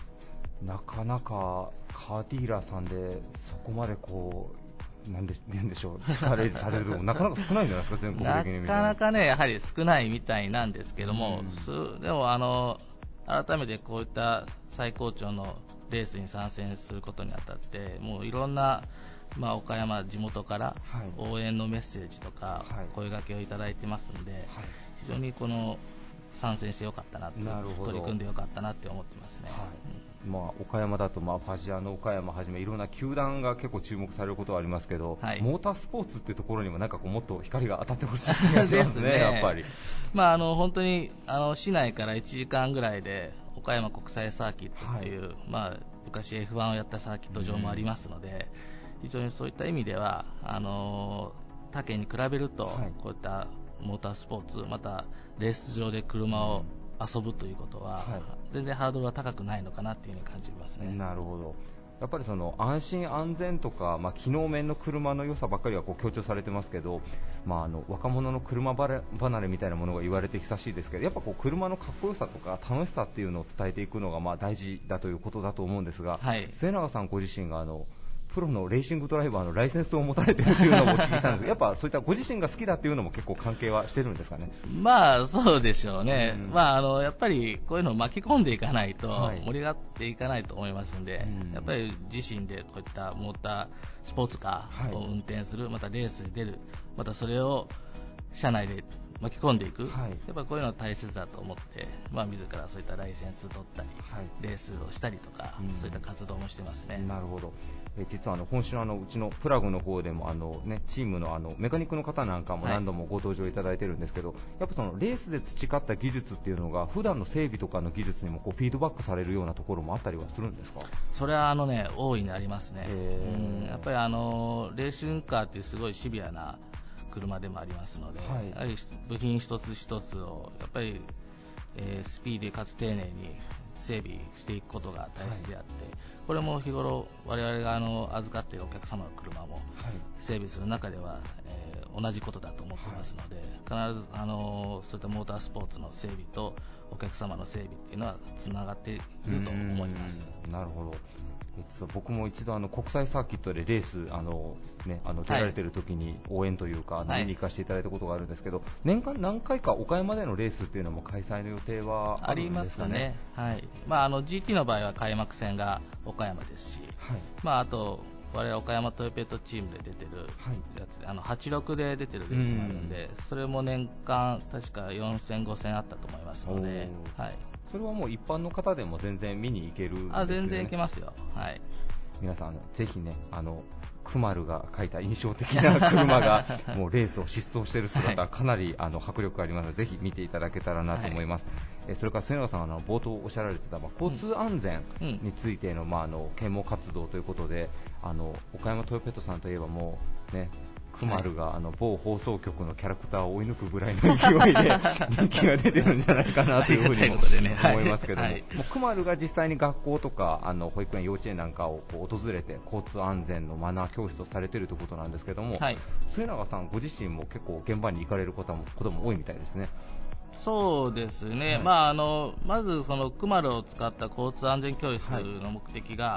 なかなかカーディーラーさんでそこまでこうなんでなんでしょう力入れされるのもなかなか少ないんじゃないですか全国的に見てなかなかねやはり少ないみたいなんですけども、うん、でもあの改めてこういった最高潮のレースに参戦することにあたってもういろんな、まあ、岡山地元から応援のメッセージとか声掛けをいただいてますので、はい、非常にこの参戦してよかったなと取り組んでよかったなって思ってますね、はいうんまあ、岡山だと、まあ、ファジアの岡山はじめいろんな球団が結構注目されることはありますけど、はい、モータースポーツっていうところにもなんかこうもっと光が当たってほしい気がしますねやっぱり、 まあ、あの本当にあの市内からいちじかんぐらいで岡山国際サーキットという、はいまあ、昔 エフワン をやったサーキット場もありますので、うん、非常にそういった意味ではあの他県に比べると、はい、こういったモータースポーツまたレース場で車を遊ぶということは、はい、全然ハードルは高くないのかなというふうに感じますね。 なるほど。やっぱりその安心安全とか、まあ、機能面の車の良さばっかりはこう強調されてますけど、まあ、あの若者の車離れみたいなものが言われて久しいですけどやっぱこう車のかっこよさとか楽しさっていうのを伝えていくのがまあ大事だということだと思うんですが、はい、末永さんご自身があのプロのレーシングドライバーのライセンスを持たれているというのもお聞きしたんですがやっぱそういったご自身が好きだっていうのも結構関係はしてるんですかね。 まあそうでしょうね、うんまあ、あのやっぱりこういうのを巻き込んでいかないと盛り上がっていかないと思いますので、はい、やっぱり自身でこういったモータースポーツカーを運転する、はい、またレースで出るまたそれを車内で巻き込んでいく、はい、やっぱこういうのは大切だと思って、まあ、自らそういったライセンスを取ったり、はい、レースをしたりとか、うん、そういった活動もしてますね。 なるほど。え実はあの今週のあのうちのプラグの方でもあの、ね、チームのあのメカニックの方なんかも何度もご登場いただいてるんですけど、はい、やっぱそのレースで培った技術っていうのが普段の整備とかの技術にもこうフィードバックされるようなところもあったりはするんですか。 それはあの、ね、大いにありますね。うんやっぱりあのレーシングカーっていうすごいシビアな車でもありますので、はい、やはり部品一つ一つをやっぱり、えー、スピーディーかつ丁寧に整備していくことが大切であって、はい、これも日頃我々があの預かっているお客様の車も整備する中では、えー、同じことだと思っていますので、はい、必ずあのそういったモータースポーツの整備とお客様の整備っていうのはつながっていると思います。 なるほど。僕も一度あの国際サーキットでレースあの、ね、あの出られている時に応援というか、はい、見に行かせていただいたことがあるんですけど、年間何回か岡山でのレースっていうのも開催の予定はあるんですかね。ありますね、 はいまあ、あの ジーティー の場合は開幕戦が岡山ですし、はいまあ、あと我々岡山トヨペットチームで出てるやつ、はい、あのはちじゅうろくで出てるレースもあるんで、それも年間確かよん戦ご戦あったと思いますので、はい、 それはもう一般の方でも全然見に行けるんですよね。 あ全然行けますよ、はい、 皆さんぜひねあのクマルが描いた印象的な車がもうレースを疾走している姿、はい、かなりあの迫力ありますのでぜひ見ていただけたらなと思います、はい、えそれから末永さんはあの冒頭おっしゃられていた、まあ、交通安全についての、うんまあ、あの啓蒙活動ということであの岡山トヨペットさんといえばもうねクマルが、はい、あの某放送局のキャラクターを追い抜くぐらいの勢いで人気が出てるんじゃないかなというふうにも思いますけども、はい、もうクマルが実際に学校とかあの保育園幼稚園なんかをこう訪れて交通安全のマナー教室をされているということなんですけども、はい、末永さんご自身も結構現場に行かれることも、ことも多いみたいですね。 そうですね、はいまあ、あのまずそのクマルを使った交通安全教室の目的が、は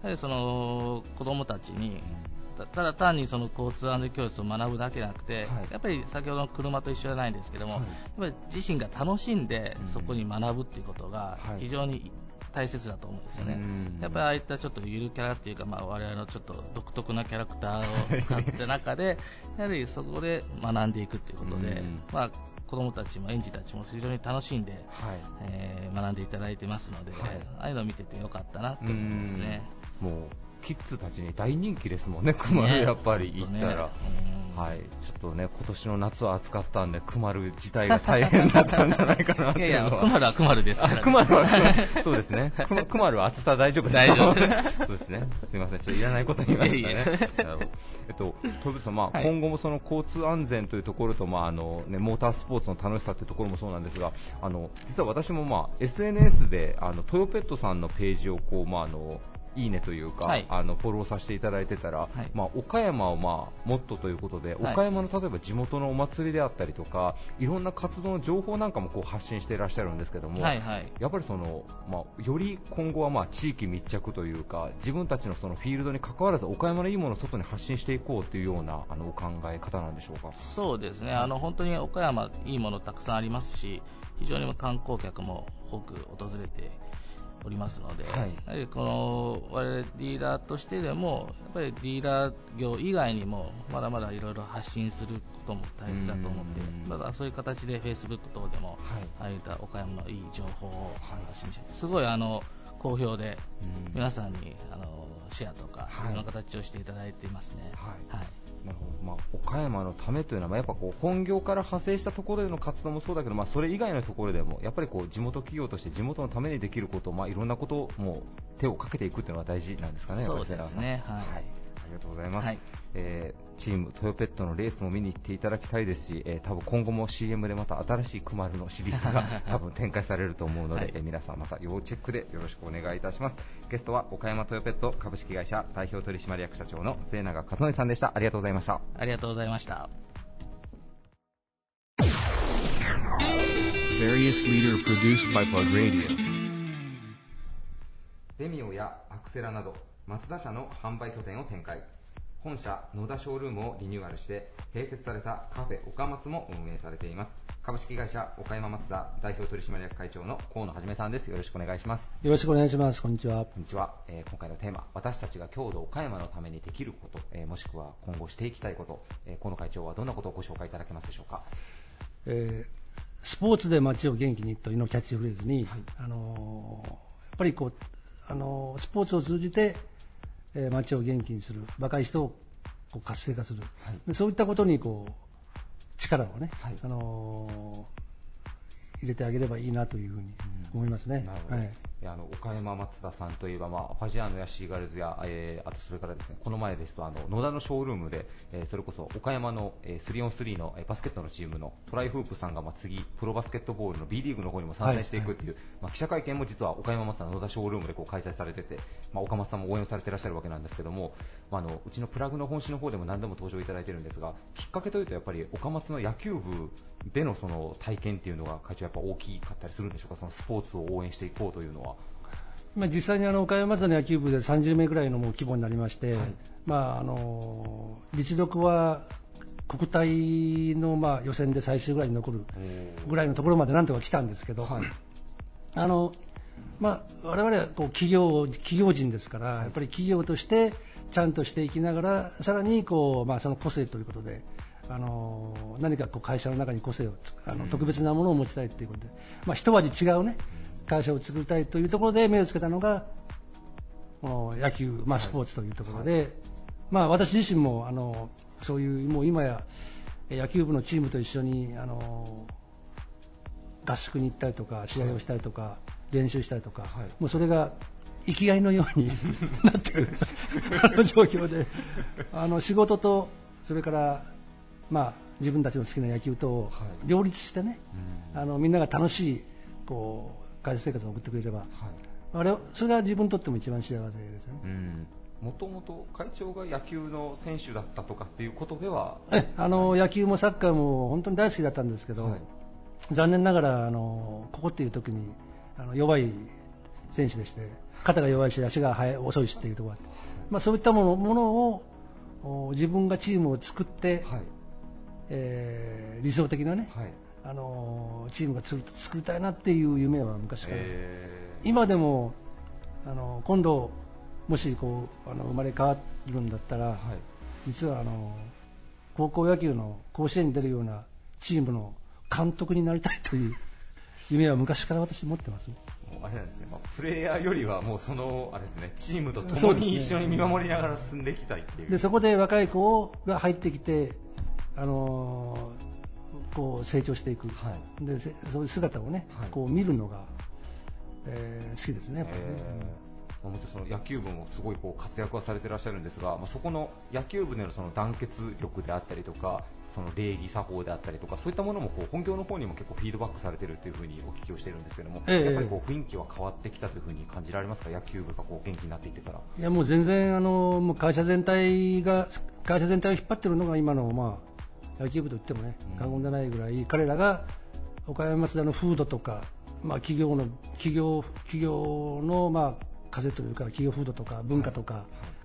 はりその子どもたちにただ単にその交通安全教室を学ぶだけじゃなくて、はい、やっぱり先ほどの車と一緒じゃないんですけども、はい、やっぱり自身が楽しんでそこに学ぶっていうことが非常に大切だと思うんですよね。やっぱりああいったちょっとゆるキャラっていうか、まあ、我々のちょっと独特なキャラクターを使った中でやはりそこで学んでいくっていうことで、まあ、子どもたちも園児たちも非常に楽しんで、はいえー、学んでいただいてますので、はい、ああいうのを見ててよかったなと思いますね。 もうキッズたちに大人気ですもんね、クマルやっぱり行ったら、ねはい、ちょっとね今年の夏は暑かったんでクマル自体が大変だったんじゃないかなっていうのは。いやいや、 クマルはクマルですから、ね、 クマルはそうですね、ク, クマルは暑さ大丈夫です大丈夫そうですね、すみません、ちょっといらないこと言いましたねえっと、トさん、まあ、はい、今後もその交通安全というところと、まああのね、モータースポーツの楽しさというところもそうなんですが、あの実は私も、まあ、エスエヌエス であのトヨペットさんのページをこう、まあ、あのいいねというか、はい、あのフォローさせていただいてたら、はいまあ、岡山を、まあ、モットーということで、はい、岡山の例えば地元のお祭りであったりとかいろんな活動の情報なんかもこう発信していらっしゃるんですけども、はいはい、やっぱりその、まあ、より今後は、まあ、地域密着というか自分たちのそのフィールドに関わらず岡山のいいものを外に発信していこうというようなあのお考え方なんでしょうか。 そうですね、あの本当に岡山いいものたくさんありますし非常に観光客も多く訪れておりますので、はい、やはりこの我々ディーラーとしてでもやっぱりディーラー業以外にもまだまだいろいろ発信することも大切だと思って、まだそういう形で Facebook 等でも、はい、ああいった岡山のいい情報を発信して、はい、すごいあの好評で皆さんにあのシェアとかいろんな形をしていただいていますね。はいはいなるほど、まあ、岡山のためというのはやっぱこう本業から派生したところでの活動もそうだけど、まあ、それ以外のところでもやっぱりこう地元企業として地元のためにできること、まあ、いろんなことも手をかけていくというのが大事なんですかね。 そうですね、はい、はい、 ありがとうございます、はいえー、チームトヨペットのレースも見に行っていただきたいですし、えー、多分今後も シーエム でまた新しいクマルのシリーズが多分展開されると思うので、はいえー、皆さんまた要チェックでよろしくお願いいたします。ゲストは岡山トヨペット株式会社代表取締役社長の末永和則さんでした。ありがとうございました。 ありがとうございました。 デミオやアクセラなどマツダ社の販売拠点を展開。本社野田ショールームをリニューアルして併設されたカフェ岡松も運営されています。株式会社岡山マツダ代表取締役会長の河野はじめさんです。よろしくお願いします。 よろしくお願いします。こんにちは。 こんにちは、えー、今回のテーマ、私たちが郷土岡山のためにできること、えー、もしくは今後していきたいこと、えー、河野会長はどんなことをご紹介いただけますでしょうか。 えー、スポーツで街を元気にというのをキャッチフレーズに、はいあのー、やっぱりこう、あのー、スポーツを通じて、えー、街を元気にする、若い人をこう活性化する、はい、でそういったことにこう力をね、はいあのー入れてあげればいいなというふうに思いますね。 うんはい、いやあの岡山マツダさんといえば、まあ、ファジアーノやシーガルズや、えー、あとそれからですね、この前ですとあの野田のショールームで、えー、それこそ岡山の、えー、スリーオンスリーの、えー、バスケットのチームのトライフープさんが、まあ、次プロバスケットボールの B リーグの方にも参戦していくっていう、はいはいまあ、記者会見も実は岡山マツダの野田ショールームでこう開催されてて、まあ、岡松さんも応援されていらっしゃるわけなんですけども、まあ、あのうちのプラグの本誌の方でも何度も登場いただいているんですが、きっかけというとやっぱり岡松の野球部でのその体験っていうのが会長やっぱ大きかったりするんでしょうか。そのスポーツを応援していこうというのは。 まあ、実際にあの岡山マツダの野球部でさんじゅうめいぐらいのもう規模になりまして、はいまあ、あの実力は国体のまあ予選で最終ぐらいに残るぐらいのところまでなんとか来たんですけど、はいあのまあ、我々はこう企業、企業人ですから、はい、やっぱり企業としてちゃんとしていきながらさらにこう、まあ、その個性ということであの何かこう会社の中に個性をあの特別なものを持ちたいということで、まあ、一味違う、ね、会社を作りたいというところで目をつけたのがこの野球、まあ、スポーツというところで、はいまあ、私自身もあのそういうもう今や野球部のチームと一緒にあの合宿に行ったりとか試合をしたりとか、はい、練習したりとか、はい、もうそれが生きがいのようになっているあの状況であの仕事とそれからまあ、自分たちの好きな野球と両立してね、はい、あのみんなが楽しいこう会社生活を送ってくれれば、はい、あれそれが自分にとっても一番幸せですよね。 もともと会長が野球の選手だったとかっていうことではえあの野球もサッカーも本当に大好きだったんですけど、はい、残念ながらあのここっていう時にあの弱い選手でして肩が弱いし足が速い遅いしっていうところがあって、まあ、そういったもの、ものを自分がチームを作って、はい、えー、理想的なね、はい、あのチームが作りたいなっていう夢は昔から、今でもあの今度もしこうあの生まれ変わるんだったら、はい、実はあの高校野球の甲子園に出るようなチームの監督になりたいという夢は昔から私持ってます。もうあれなんですね、まあ、プレイヤーよりはもうそのあれですね、チームと共に一緒に見守りながら進んでいきたいっていう。 でそこで若い子が入ってきて、あのー、こう成長していく、はい、でそういう姿をね、はい、こう見るのが、えー、好きですね。やっぱりね。 もちろんその野球部もすごいこう活躍はされていらっしゃるんですが、まあ、そこの野球部でのその団結力であったりとか、その礼儀作法であったりとか、そういったものもこう本業の方にも結構フィードバックされているというふうにお聞きをしているんですけども、えー、やっぱりこう雰囲気は変わってきたというふうに感じられますか、野球部がこう元気になっていってから。 いやもう全然あのもう会社全体が会社全体を引っ張っているのが今の、まあ、野球部といってもね過言でないぐらい、うん、彼らが岡山松田の風土とか、まあ、企業の企業企業のまあ風というか企業風土とか文化とか、はい、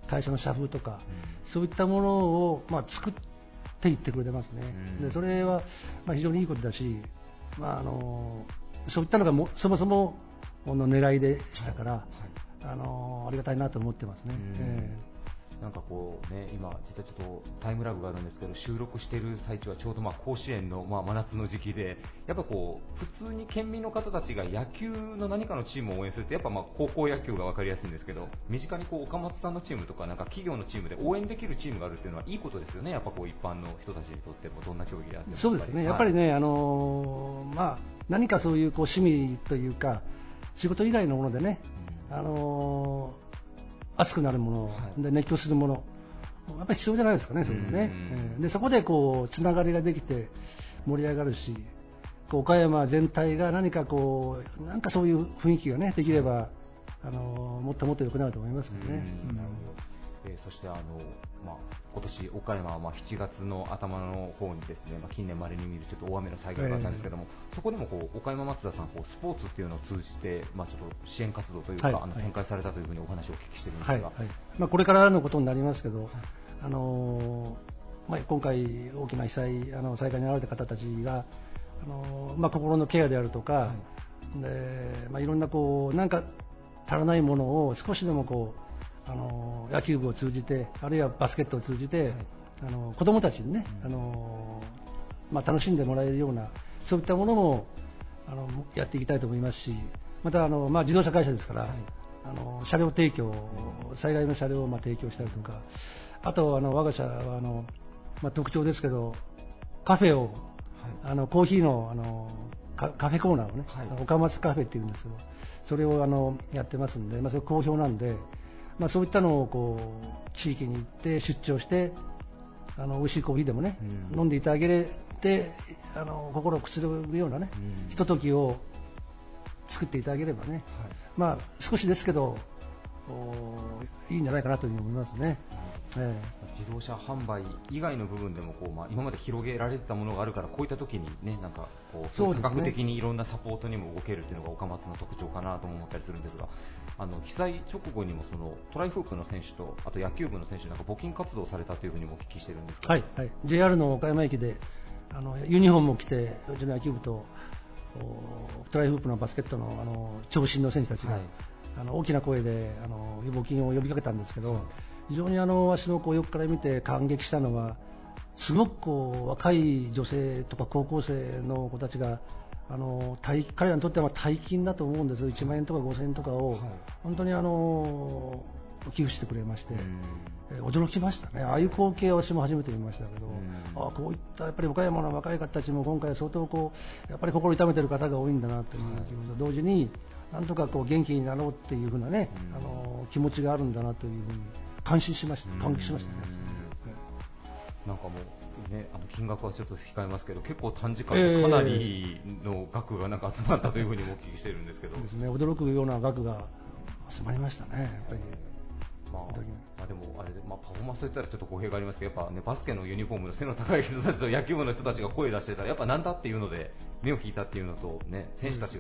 会社の社風とか、うん、そういったものを、まあ、作っていってくれてますね、うん、でそれは、まあ、非常にいいことだし、まあ、あのそういったのがもそもそもの狙いでしたから、はいはい、あのありがたいなと思ってますね、うんえーなんかこうね、今実はちょっとタイムラグがあるんですけど、収録している最中はちょうどまあ甲子園のまあ真夏の時期で、やっぱこう普通に県民の方たちが野球の何かのチームを応援するってやっぱまあ高校野球が分かりやすいんですけど、身近にこう岡松さんのチームとかなんか企業のチームで応援できるチームがあるっていうのはいいことですよね。やっぱこう一般の人たちにとってもどんな競技であっても。 そうですね。やっぱりね、はい、あのー、まあ何かそういうこう趣味というか仕事以外のものでね、うん、あのー、熱くなるもの、はい、で熱狂するもの。やっぱり必要じゃないですかね、それもね。でそこでこうつながりができて盛り上がるし、こう岡山全体が何かこうなんかそういう雰囲気がねできれば、あのもっともっと良くなると思いますけどね。うんなるほど。 えー、そしてあの、まあ、今年岡山はまあしちがつの頭の方にですね、まあ、近年まれに見るちょっと大雨の災害があったんですけども、えー、そこでもこう岡山松田さんこうスポーツっていうのを通じて、まあ、ちょっと支援活動というか、はい、あの展開されたというふうにお話をお聞きしているんですが、はいはいまあ、これからのことになりますけど、はいあのーまあ、今回大きな被災あの災害に遭われた方たちが、あのーまあ、心のケアであるとか、はいでまあ、いろんなこうなんか足らないものを少しでもこう、あのー、野球部を通じてあるいはバスケットを通じて、はいあのー、子どもたちにね、うんあのーまあ、楽しんでもらえるようなそういったものもあのやっていきたいと思いますし、またあの、まあ、自動車会社ですから、はいあの車両提供、災害の車両をまあ提供したりとか、あとあの我が社はあの、まあ、特徴ですけどカフェを、はい、あのコーヒーの、あの カ, カフェコーナーをね、はい、岡松カフェっていうんですけど、それをあのやってますんで、まあ、それ好評なんで、まあ、そういったのをこう地域に行って出張してあの美味しいコーヒーでもね、うん、飲んでいただけてあの心をくすぐるようなね、うん、ひとときを作っていただければね、はいまあ、少しですけどいいんじゃないかなというふうに思いますね、ええ、自動車販売以外の部分でもこう、まあ、今まで広げられてたものがあるからこういった時に、ね、なんかこうそう多角的にいろんなサポートにも動けるというのが岡松の特徴かなと思ったりするんですが、あの被災直後にもそのトライフープの選手とあと野球部の選手なんか募金活動されたというふうにもお聞きしてるんですが、 はいはい、ジェイアール の岡山駅であのユニフォームを着てうちの野球部とトライフープのバスケット の, あの長身の選手たちが、はい、あの大きな声であの募金を呼びかけたんですけど、はい、非常にあの私のこう横から見て感激したのはすごくこう若い女性とか高校生の子たちがあの彼らにとっては大金だと思うんです。いちまんえんとかごせんえんとかを、はい、本当にあの寄付してくれまして、えー、驚きましたね。ああいう光景は私も初めて見ましたけど、あこういったやっぱり岡山の若い方たちも今回相当こうやっぱり心痛めている方が多いんだなという気持ちと同時に、なんとかこう元気になろうっていう風なね、あの気持ちがあるんだなというふうに感心しました。感激しましたね。 なんかもうね、あの金額はちょっと控えますけど、結構短時間でかなりの額がなんか集まったというふうにもお聞きしているんですけど、 ですね、驚くような額が集まりましたね。やっぱり。 まあ、まあでもあれで、まあ、パフォーマンスといったらちょっと語弊がありますけど、やっぱね、バスケのユニフォームの背の高い人たちと野球部の人たちが声を出してたらやっぱなんだっていうので目を引いたっていうのと、ね、選手たちが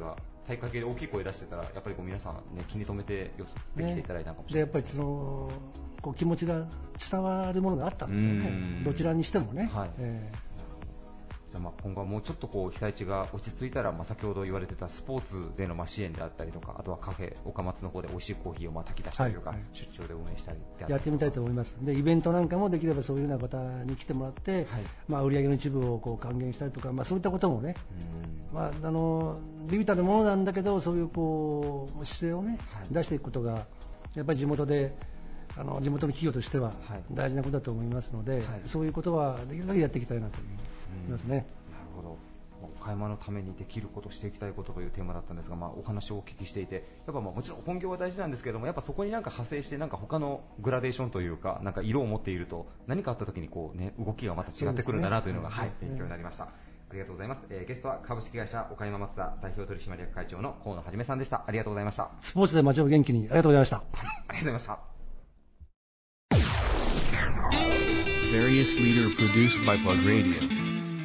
体格で大きい声出してたらやっぱりこう皆さん、ね、気に留めてよできていただいたかもしれない、ね、でやっぱりそのこう気持ちが伝わるものがあったんですよね、どちらにしてもね。はい、えーじゃあまあ今後はもうちょっとこう被災地が落ち着いたら、まあ先ほど言われてたスポーツでのまあ支援であったりとか、あとはカフェ岡松の方で美味しいコーヒーをまあ炊き出したりとか、はいはい、出張で運営したりでやってみたいと思います。でイベントなんかもできればそういうような方に来てもらって、はい、まあ売上の一部をこう還元したりとか、まあ、そういったこともね、まあ、あの微々たるものなんだけどそういうこう姿勢をね、はい、出していくことがやっぱり地元であの地元の企業としては大事なことだと思いますので、はい、そういうことはできるだけやっていきたいなと思いますね。なるほど。岡山のためにできること、していきたいことというテーマだったんですが、まあ、お話をお聞きしていて、やっぱまあもちろん本業は大事なんですけども、やっぱそこになんか派生してなんか他のグラデーションというか、なんか色を持っていると何かあった時にこうね動きがまた違ってくるんだなというのが、はい、勉強になりました。ありがとうございます。えー、ゲストは株式会社岡山マツダ代表取締役会長の河野はじめさんでした。ありがとうございました。 スポーツで街を元気に、ありがとうございました。 はい、ありがとうございました。 Various Leader produced by Plug Radio。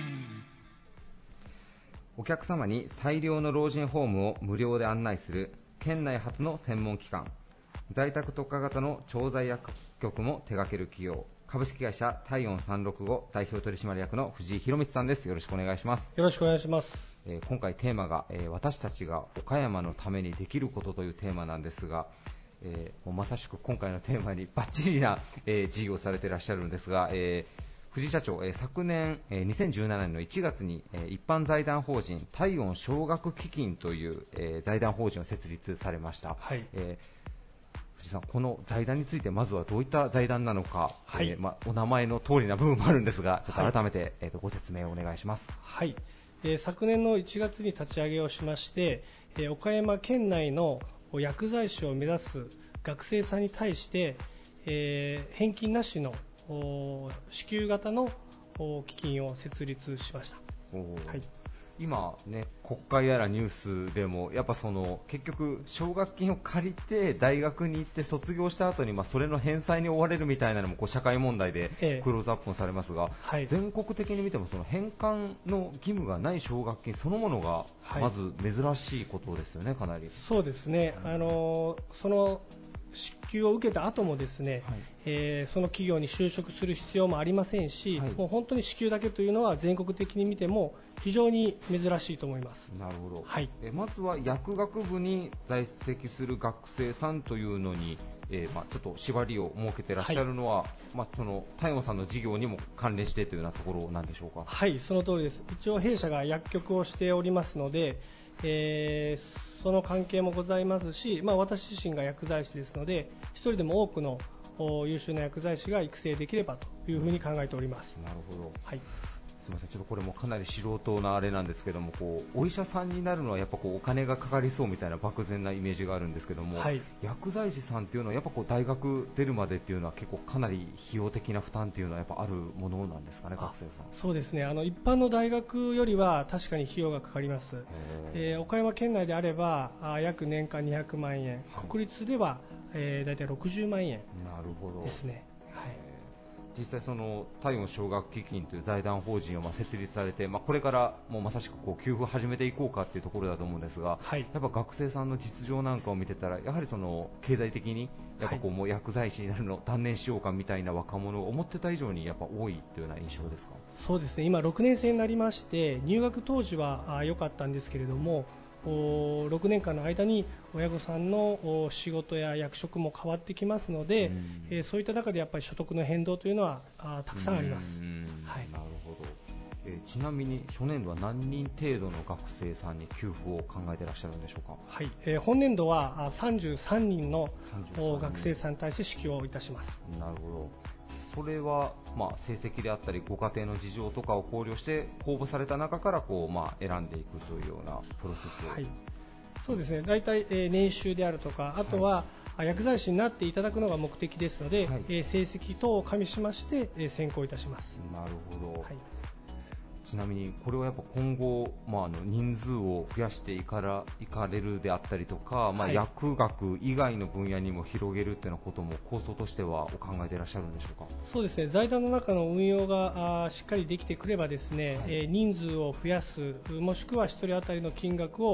お客様に最良の老人ホームを無料で案内する県内初の専門機関、在宅特化型の調剤薬局も手掛ける企業、株式会社体温さんろくご代表取締役の藤井博光さんです。よろしくお願いします。 よろしくお願いします。 えー、今回テーマが、えー、私たちが岡山のためにできることというテーマなんですが、えー、もうまさしく今回のテーマにバッチリな、えー、事業をされていらっしゃるんですが、えー藤井社長、えー、昨年、えー、にせんじゅうななねんのいちがつに、えー、一般財団法人体温奨学基金という、えー、財団法人を設立されました。はい、えー、藤井さん、この財団についてまずはどういった財団なのか、はい、えーまあ、お名前の通りな部分もあるんですが、ちょっと改めて、はい、えー、とご説明をお願いします。 はい、えー、昨年のいちがつに立ち上げをしまして、えー、岡山県内の薬剤師を目指す学生さんに対して、えー、返金なしの支給型の基金を設立しました。はい、 今、ね、国会やらニュースでもやっぱその結局奨学金を借りて大学に行って卒業した後に、まあ、それの返済に追われるみたいなのもこう社会問題でクローズアップされますが、ええ、はい、全国的に見てもその返還の義務がない奨学金そのものがまず珍しいことですよね。かなりそうですね。あのその支給を受けた後もですね、はい、えー、その企業に就職する必要もありませんし、はい、もう本当に支給だけというのは全国的に見ても非常に珍しいと思います。 なるほど。はい、えまずは薬学部に在籍する学生さんというのに、えーまあ、ちょっと縛りを設けていらっしゃるのは、はい、まあ、その体温さんの事業にも関連してというようなところなんでしょうか。 はい、その通りです。一応弊社が薬局をしておりますので、えー、その関係もございますし、まあ、私自身が薬剤師ですので一人でも多くの優秀な薬剤師が育成できればというふうに考えております。 なるほど。はい、すみません、ちょっとこれもかなり素人なあれなんですけども、こうお医者さんになるのはやっぱこうお金がかかりそうみたいな漠然なイメージがあるんですけども、はい、薬剤師さんっていうのはやっぱこう大学出るまでっていうのは結構かなり費用的な負担っていうのはやっぱあるものなんですかね、学生さん。 そうですね。あの一般の大学よりは確かに費用がかかります。えー、岡山県内であればあ約年間にひゃくまんえん、はい、国立では、えー、大体ろくじゅうまんえんですね。はい、 実際その体温奨学基金という財団法人をまあ設立されて、まあ、これからもうまさしくこう給付を始めていこうかというところだと思うんですが、はい、やっぱ学生さんの実情なんかを見てたらやはりその経済的にやっぱこうもう薬剤師になるのを断念しようかみたいな若者が思ってた以上にやっぱ多いというような印象ですか。 そうですね。今ろくねん生になりまして入学当時は良かったんですけれども、ろくねんかんの間に親御さんの仕事や役職も変わってきますので、えー、そういった中でやっぱり所得の変動というのはあたくさんあります。 はい、なるほど。えー、ちなみに初年度は何人程度の学生さんに給付を考えていらっしゃるんでしょうか。 はい、えー、本年度はさんじゅうさんにんの学生さんに対して支給をいたします。 なるほど。それは、まあ、成績であったりご家庭の事情とかを考慮して公募された中からこう、まあ、選んでいくというようなプロセスを。 はい、そうですね。大体、えー、年収であるとかあとは、はい、薬剤師になっていただくのが目的ですので、はい、えー、成績等を加味しまして、えー、選考いたします。 なるほど。はい、ちなみにこれはやっぱ今後、まあ、あの人数を増やしていからいかれるであったりとか、まあ、薬学以外の分野にも広げるというようなことも構想としてはお考えていらっしゃるんでしょうか。 そうですね。財団の中の運用がしっかりできてくればですね、はい、えー、人数を増やすもしくはひとり当たりの金額を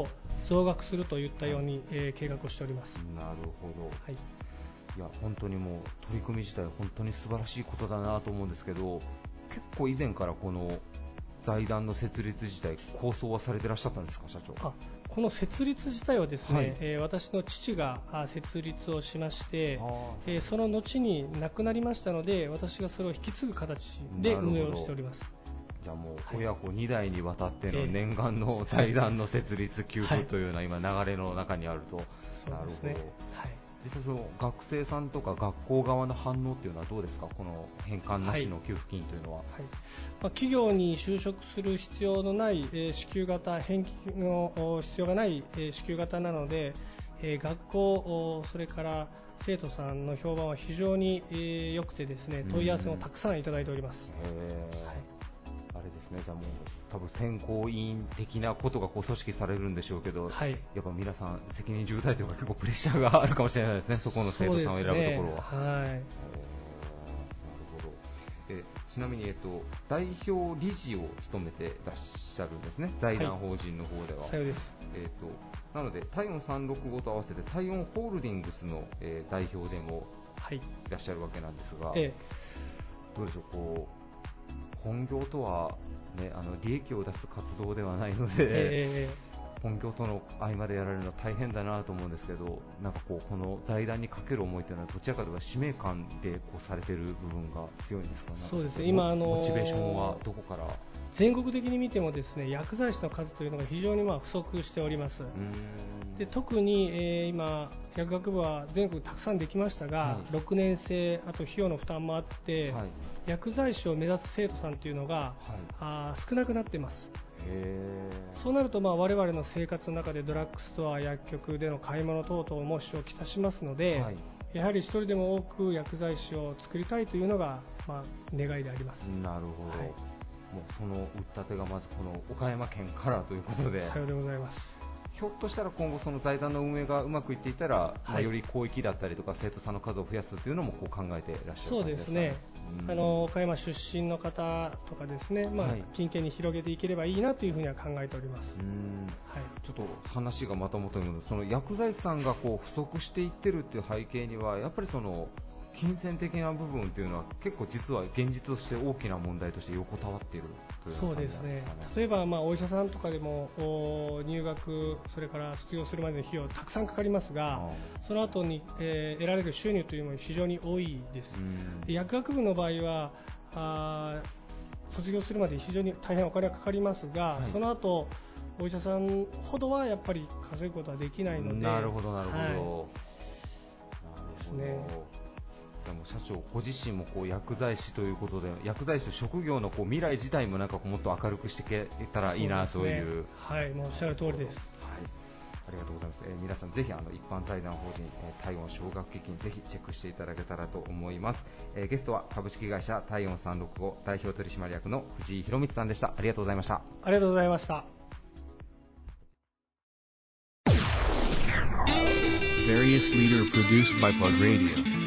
増額するといったように、えー、計画をしております。 なるほど、 はい、 いや本当にもう取り組み自体本当に素晴らしいことだなと思うんですけど、結構以前からこの財団の設立自体構想はされてらっしゃったんですか、社長。 あこの設立自体はですね、 はい、 えー、私の父が設立をしまして、えー、その後に亡くなりましたので、私がそれを引き継ぐ形で運営をしております。 じゃあもう親子に代にわたっての念願の財団の設立給付というような今流れの中にあると、はい、なるほど、はい、実際その学生さんとか学校側の反応っていうのはどうですか、この返還なしの給付金というのは。はいはい、 まあ、企業に就職する必要のない、えー、支給型、返金の必要がない、えー、支給型なので、えー、学校、それから生徒さんの評判は非常に、えー、良くてですね、問い合わせもたくさんいただいております。 へー、はい、あれですね、じゃあもう多分選考委員的なことがこう組織されるんでしょうけど、はい、やっぱ皆さん責任重大というか結構プレッシャーがあるかもしれないですね、そこの生徒さんを選ぶところは。そうですね、はい、なるほど。でちなみに、えっと、代表理事を務めていらっしゃるんですね、財団法人の方では。 さようです。 えっと、なので体温さんろくごと合わせて体温ホールディングスの、えー、代表でもいらっしゃるわけなんですが、はい、どうでしょう、こう本業とは、ね、あの利益を出す活動ではないので、えー、本業との合間でやられるのは大変だなと思うんですけど、なんかこうこの財団にかける思いというのはどちらかというと使命感でこうされている部分が強いんですかね。 そうですね、今あのモチベーションはどこから。 全国的に見てもですね、薬剤師の数というのが非常にまあ不足しております。で特に、えー、今薬学部は全国たくさんできましたが、はい、ろくねん生、あと費用の負担もあって、はい、薬剤師を目指す生徒さんというのが、はい、あ少なくなっています。へそうなると、まあ、我々の生活の中でドラッグストア、薬局での買い物等々も支障をきたしますので、はい、やはり一人でも多く薬剤師を作りたいというのが、まあ、願いであります。 なるほど、はい、もうその打ったてがまずこの岡山県からということで。 さようでございます。 ひょっとしたら今後その財団の運営がうまくいっていたら、はい、まあ、より広域だったりとか生徒さんの数を増やすというのもこう考えていらっしゃるそうですね、うん、あの岡山出身の方とかですね、まあ、はい、近県に広げていければいいなというふうには考えております。うん、 はい、ちょっと話がまた元に戻る、その薬剤師さんがこう不足していってるっていう背景にはやっぱりその金銭的な部分というのは結構実は現実として大きな問題として横たわっているというそうですね。例えば、まあ、お医者さんとかでも入学、それから卒業するまでの費用たくさんかかりますが、その後に、えー、得られる収入というのも非常に多いです。薬学部の場合はあ卒業するまで非常に大変お金がかかりますが、はい、その後お医者さんほどはやっぱり稼ぐことはできないので。 なるほどなるほど、はい、なるほどですね。 でも社長ご自身もこう薬剤師ということで、薬剤師と職業のこう未来自体もなんかもっと明るくしていけたらいいなという。 そうですね、はい、もうおっしゃる通りです。 はい、ありがとうございます。えー、皆さんぜひあの一般財団法人、えー、体温奨学基金ぜひチェックしていただけたらと思います。えー、ゲストは株式会社体温さんろくご代表取締役の藤井博光さんでした。ありがとうございました。 ありがとうございました。 Various Leader produced by Plug Radio。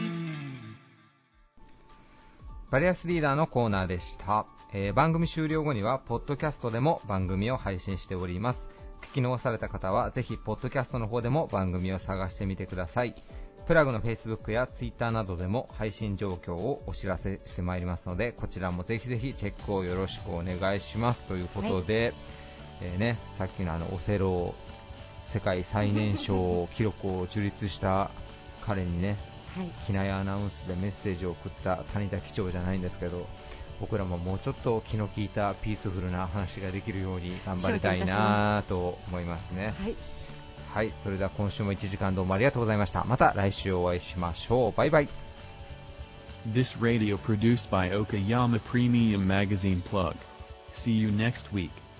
バリアスリーダーのコーナーでした。えー、番組終了後にはポッドキャストでも番組を配信しております。聞き逃された方はぜひポッドキャストの方でも番組を探してみてください。プラグの Facebook や Twitter などでも配信状況をお知らせしてまいりますので、こちらもぜひぜひチェックをよろしくお願いしますということで、はい、えーね、さっきのあのオセロ世界最年少記録を樹立した彼にね、はい、機内アナウンスでメッセージを送った谷田機長じゃないんですけど、僕らももうちょっと気の利いたピースフルな話ができるように頑張りたいなと思いますね。はい、はい、それでは今週もいちじかんどうもありがとうございました。また来週お会いしましょう。バイバイ。 This radio produced by Okayama Premium Magazine Plug. See you next week.